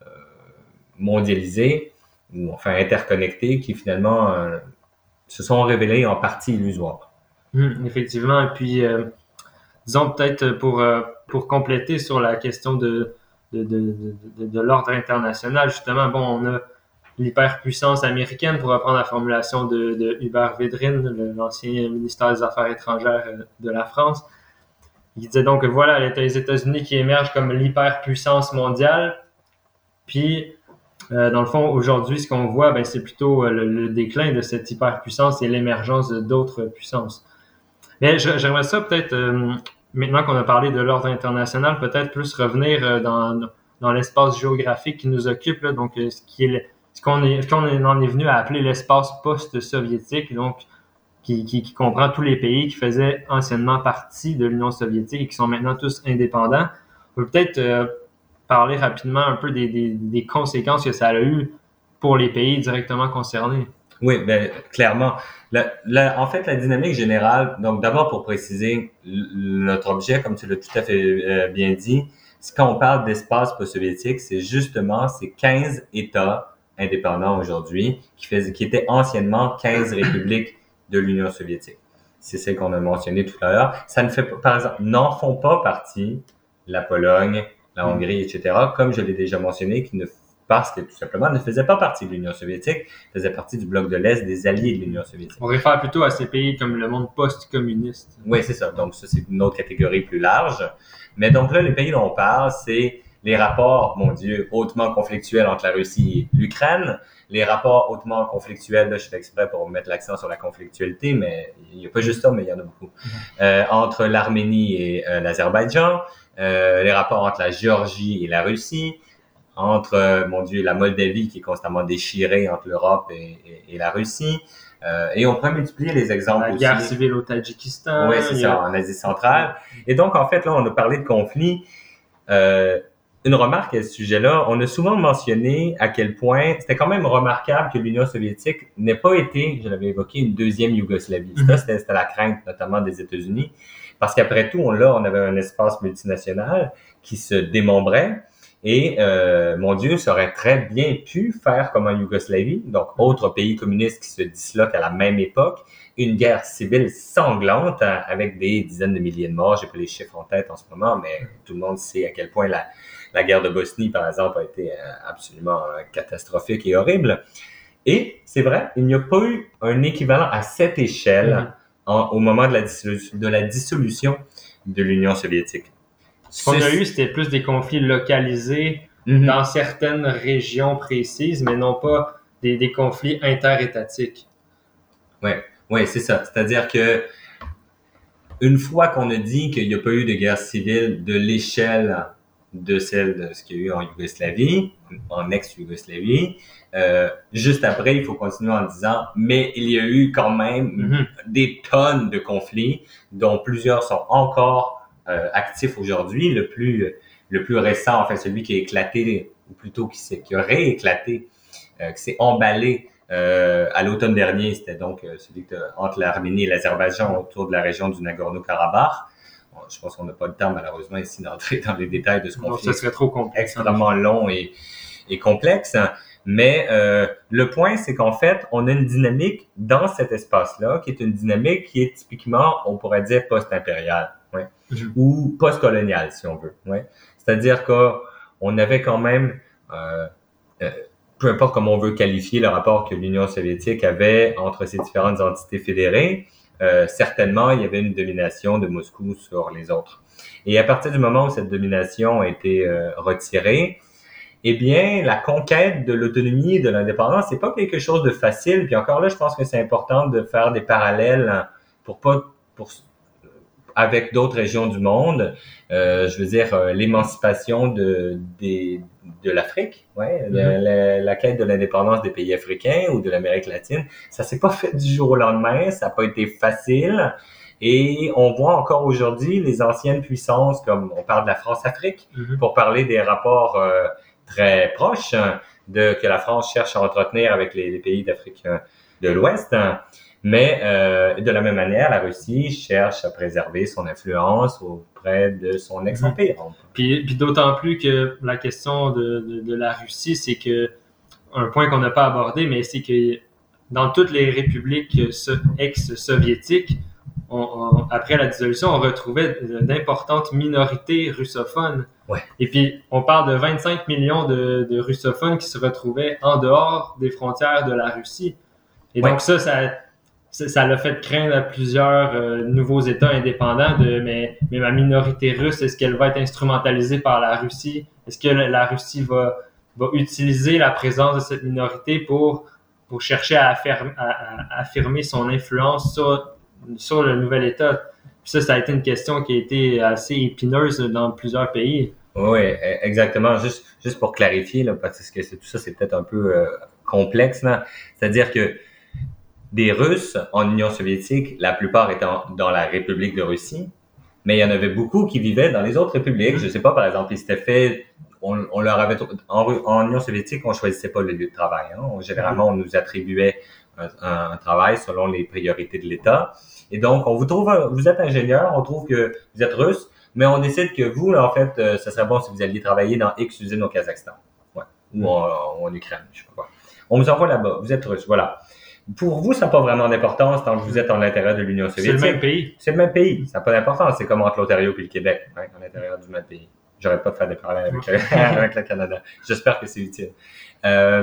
[SPEAKER 3] mondialisé ou enfin interconnecté qui finalement euh, se sont révélés en partie illusoires.
[SPEAKER 2] Mmh, effectivement. Et puis, euh, disons peut-être pour euh, pour compléter sur la question de de, de, de, de, de l'ordre international, justement, bon, on a l'hyperpuissance américaine, pour reprendre la formulation de, de Hubert Védrine, l'ancien ministère des Affaires étrangères de la France. Il disait donc que voilà, les États-Unis qui émergent comme l'hyperpuissance mondiale. Puis, euh, dans le fond, aujourd'hui, ce qu'on voit, ben, c'est plutôt le, le déclin de cette hyperpuissance et l'émergence d'autres puissances. Mais j'aimerais ça peut-être, euh, maintenant qu'on a parlé de l'ordre international, peut-être plus revenir dans, dans l'espace géographique qui nous occupe, là, donc ce qui est le, ce qu'on est, ce qu'on en est venu à appeler l'espace post-soviétique, donc Qui, qui, qui comprend tous les pays qui faisaient anciennement partie de l'Union soviétique et qui sont maintenant tous indépendants. On peut peut-être euh, parler rapidement un peu des, des, des conséquences que ça a eu pour les pays directement concernés.
[SPEAKER 3] Oui, ben clairement. La, la, en fait, la dynamique générale, donc d'abord pour préciser, notre objet, comme tu l'as tout à fait euh, bien dit, c'est quand on parle d'espace post-soviétique, c'est justement ces quinze États indépendants aujourd'hui qui, faisaient, qui étaient anciennement quinze républiques de l'Union soviétique. C'est celle qu'on a mentionné tout à l'heure. Ça ne fait pas, par exemple, n'en font pas partie la Pologne, la Hongrie, et cetera, comme je l'ai déjà mentionné, qui ne, parce que tout simplement ne faisaient pas partie de l'Union soviétique, faisaient partie du bloc de l'Est, des alliés de l'Union soviétique.
[SPEAKER 2] On réfère plutôt à ces pays comme le monde post-communiste.
[SPEAKER 3] Oui, c'est ça. Donc ça, c'est une autre catégorie plus large. Mais donc là, les pays dont on parle, c'est les rapports, mon Dieu, hautement conflictuels entre la Russie et l'Ukraine, les rapports hautement conflictuels, là, je fais exprès pour mettre l'accent sur la conflictualité, mais il n'y a pas juste ça, mais il y en a beaucoup, euh, entre l'Arménie et euh, l'Azerbaïdjan, euh, les rapports entre la Géorgie et la Russie, entre, euh, mon Dieu, la Moldavie qui est constamment déchirée entre l'Europe et, et, et la Russie, euh, et on peut multiplier les exemples
[SPEAKER 2] la
[SPEAKER 3] aussi.
[SPEAKER 2] La guerre civile au Tadjikistan.
[SPEAKER 3] Oui, c'est ça, en Asie centrale. Et donc, en fait, là, on a parlé de conflits. Euh, Une remarque à ce sujet-là, on a souvent mentionné à quel point c'était quand même remarquable que l'Union soviétique n'ait pas été, je l'avais évoqué, une deuxième Yougoslavie. Mm-hmm. Ça, c'était, c'était la crainte notamment des États-Unis, parce qu'après tout, on, là, on avait un espace multinational qui se démembrait et, euh, mon Dieu, ça aurait très bien pu faire comme en Yougoslavie, donc autre pays communiste qui se disloque à la même époque, une guerre civile sanglante hein, avec des dizaines de milliers de morts. J'ai pas les chiffres en tête en ce moment, mais tout le monde sait à quel point la La guerre de Bosnie, par exemple, a été absolument catastrophique et horrible. Et c'est vrai, il n'y a pas eu un équivalent à cette échelle mm-hmm. en, au moment de la, dissolution, de la dissolution de l'Union soviétique.
[SPEAKER 2] Ce qu'on a eu, c'était plus des conflits localisés mm-hmm. dans certaines régions précises, mais non pas des, des conflits interétatiques.
[SPEAKER 3] Oui, ouais, c'est ça. C'est-à-dire que une fois qu'on a dit qu'il n'y a pas eu de guerre civile de l'échelle de celle de ce qu'il y a eu en Yougoslavie, en ex-Yougoslavie. Euh, juste après, il faut continuer en disant, mais il y a eu quand même mm-hmm. des tonnes de conflits, dont plusieurs sont encore euh, actifs aujourd'hui. Le plus le plus récent, enfin celui qui a éclaté, ou plutôt qui, s'est, qui a rééclaté, euh, qui s'est emballé euh, à l'automne dernier, c'était donc euh, celui de, entre l'Arménie et l'Azerbaïdjan autour de la région du Nagorno-Karabakh. Je pense qu'on n'a pas le temps, malheureusement, ici d'entrer dans les détails de ce conflit.
[SPEAKER 2] Ça serait trop complexe.
[SPEAKER 3] Extrêmement long et, et complexe. Mais euh, le point, c'est qu'en fait, on a une dynamique dans cet espace-là qui est une dynamique qui est typiquement, on pourrait dire, post-impériale, ouais, mmh. ou post-coloniale, si on veut. Ouais. C'est-à-dire qu'on avait quand même, euh, euh, peu importe comment on veut qualifier le rapport que l'Union soviétique avait entre ces différentes entités fédérées, euh, certainement, il y avait une domination de Moscou sur les autres. Et à partir du moment où cette domination a été euh, retirée, eh bien, la conquête de l'autonomie et de l'indépendance, c'est pas quelque chose de facile. Puis encore là, je pense que c'est important de faire des parallèles pour pas, pour, avec d'autres régions du monde. Euh, je veux dire, euh, l'émancipation de, des, de l'Afrique, ouais, mm-hmm. la, la, la quête de l'indépendance des pays africains ou de l'Amérique latine, ça s'est pas fait du jour au lendemain, ça n'a pas été facile. Et on voit encore aujourd'hui les anciennes puissances, comme on parle de la France-Afrique, mm-hmm. pour parler des rapports euh, très proches hein, de que la France cherche à entretenir avec les, les pays d'Afrique hein, de l'Ouest. Hein. Mais euh, de la même manière, la Russie cherche à préserver son influence auprès de son ex-empire.
[SPEAKER 2] Mm-hmm. Puis, puis d'autant plus que la question de, de, de la Russie, c'est que un point qu'on n'a pas abordé, mais c'est que dans toutes les républiques ex-soviétiques, On, on, après la dissolution, on retrouvait d'importantes minorités russophones.
[SPEAKER 3] Ouais.
[SPEAKER 2] Et puis, on parle de vingt-cinq millions de, de russophones qui se retrouvaient en dehors des frontières de la Russie. Et ouais. donc ça, ça, ça, ça l'a fait craindre à plusieurs euh, nouveaux États indépendants de mais, mais ma minorité russe, est-ce qu'elle va être instrumentalisée par la Russie? Est-ce que la, la Russie va, va utiliser la présence de cette minorité pour, pour chercher à, affirmer, à, à affirmer son influence sur sur le nouvel État. Puis ça, ça a été une question qui a été assez épineuse dans plusieurs pays.
[SPEAKER 3] Oui, exactement. Juste, juste pour clarifier, là, parce que c'est, tout ça, c'est peut-être un peu euh, complexe. Là. C'est-à-dire que des Russes en Union soviétique, la plupart étant dans la République de Russie, mais il y en avait beaucoup qui vivaient dans les autres républiques. Je sais pas, par exemple, ils s'étaient fait... On, on leur avait... En, en Union soviétique, on choisissait pas le lieu de travail. Hein. On, généralement, on nous attribuait un, un, un travail selon les priorités de l'État. Et donc, on vous trouve, vous êtes ingénieur, on trouve que vous êtes russe, mais on décide que vous, là, en fait, euh, ça serait bon si vous alliez travailler dans X usine au Kazakhstan, ouais, ou en, en Ukraine, je sais pas quoi. On vous envoie là-bas, vous êtes russe, voilà. Pour vous, ça n'a pas vraiment d'importance tant que vous êtes en l'intérieur de l'Union soviétique.
[SPEAKER 2] C'est le même pays.
[SPEAKER 3] C'est le même pays, ça n'a pas d'importance. C'est comme entre l'Ontario et le Québec, hein, à l'intérieur du même pays. J'aurais pas de faire des parallèles avec, avec le Canada. J'espère que c'est utile. Euh,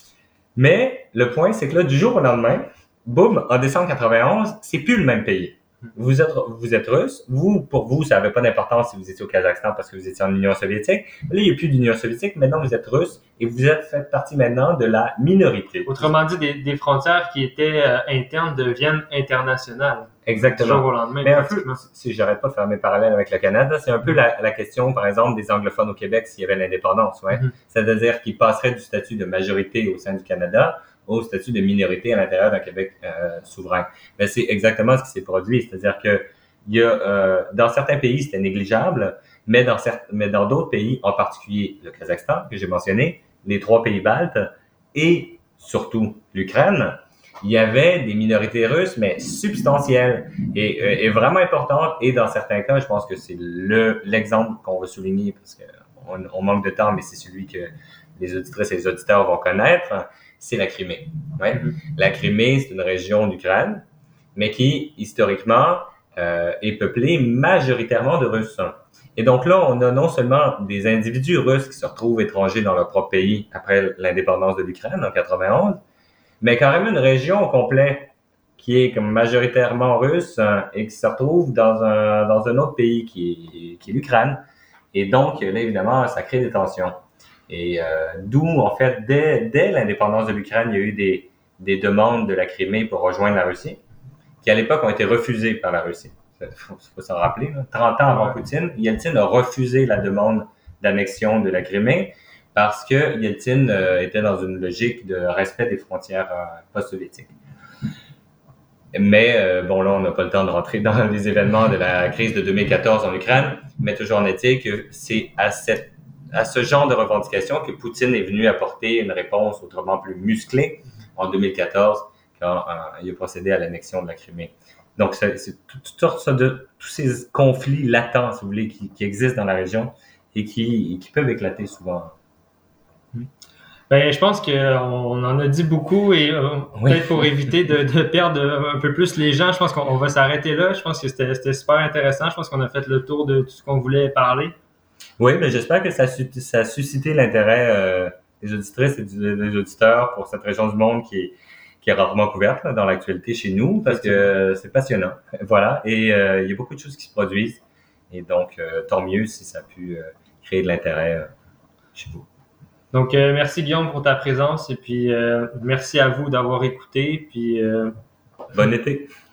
[SPEAKER 3] mais le point, c'est que là, du jour au lendemain, boum, en décembre quatre-vingt-onze, c'est plus le même pays. Vous êtes, vous êtes russe. Vous, pour vous, ça n'avait pas d'importance si vous étiez au Kazakhstan parce que vous étiez en Union soviétique. Mais là, il n'y a plus d'Union soviétique. Maintenant, vous êtes russe et vous êtes fait partie maintenant de la minorité.
[SPEAKER 2] Autrement dit, des, des frontières qui étaient euh, internes deviennent internationales.
[SPEAKER 3] Exactement.
[SPEAKER 2] Du jour au lendemain.
[SPEAKER 3] Mais un peu, si j'arrête pas de faire mes parallèles avec le Canada, c'est un peu la, la question, par exemple, des anglophones au Québec s'il y avait l'indépendance. Ouais? Mm-hmm. C'est-à-dire qu'ils passeraient du statut de majorité au sein du Canada au statut de minorité à l'intérieur d'un Québec euh, souverain. Mais c'est exactement ce qui s'est produit, c'est-à-dire que il y a euh, dans certains pays c'était négligeable, mais dans certains, mais dans d'autres pays, en particulier le Kazakhstan que j'ai mentionné, les trois pays baltes et surtout l'Ukraine, il y avait des minorités russes mais substantielles et, euh, et vraiment importantes. Et dans certains cas, je pense que c'est le l'exemple qu'on va souligner parce que on, on manque de temps, mais c'est celui que les auditrices et les auditeurs vont connaître. C'est la Crimée. Ouais. Mm-hmm. La Crimée, c'est une région d'Ukraine, mais qui, historiquement, euh, est peuplée majoritairement de Russes. Et donc là, on a non seulement des individus russes qui se retrouvent étrangers dans leur propre pays après l'indépendance de l'Ukraine en quatre-vingt-onze, mais quand même une région au complet qui est comme majoritairement russe hein, et qui se retrouve dans un, dans un autre pays qui est, qui est l'Ukraine. Et donc, là, évidemment, ça crée des tensions. Et euh, d'où, en fait, dès, dès l'indépendance de l'Ukraine, il y a eu des, des demandes de la Crimée pour rejoindre la Russie, qui à l'époque ont été refusées par la Russie. Il faut, faut s'en rappeler. Là. trente ans avant Poutine, Yeltsin a refusé la demande d'annexion de la Crimée parce que Yeltsin euh, était dans une logique de respect des frontières euh, post-soviétiques. Mais euh, bon, là, on n'a pas le temps de rentrer dans les événements de la crise de deux mille quatorze en Ukraine, mais toujours en est-il que c'est à cette à ce genre de revendication que Poutine est venu apporter une réponse autrement plus musclée en deux mille quatorze quand euh, il a procédé à l'annexion de la Crimée. Donc, c'est, c'est toutes sortes de tous ces conflits latents, si vous voulez, qui, qui existent dans la région et qui, qui peuvent éclater souvent.
[SPEAKER 2] Ben, je pense qu'on en a dit beaucoup et euh,
[SPEAKER 3] Oui.
[SPEAKER 2] peut-être pour éviter de, de perdre un peu plus les gens, je pense qu'on on va s'arrêter là. Je pense que c'était c'était super intéressant. Je pense qu'on a fait le tour de tout ce qu'on voulait parler.
[SPEAKER 3] Oui, mais j'espère que ça, su- ça a suscité l'intérêt euh, des auditrices et du- des auditeurs pour cette région du monde qui est, qui est rarement couverte là, dans l'actualité chez nous, parce que euh, c'est passionnant. Voilà, et euh, il y a beaucoup de choses qui se produisent, et donc euh, tant mieux si ça a pu euh, créer de l'intérêt euh, chez vous.
[SPEAKER 2] Donc, euh, merci Guillaume pour ta présence et puis euh, merci à vous d'avoir écouté. Puis, euh,
[SPEAKER 3] Bon été!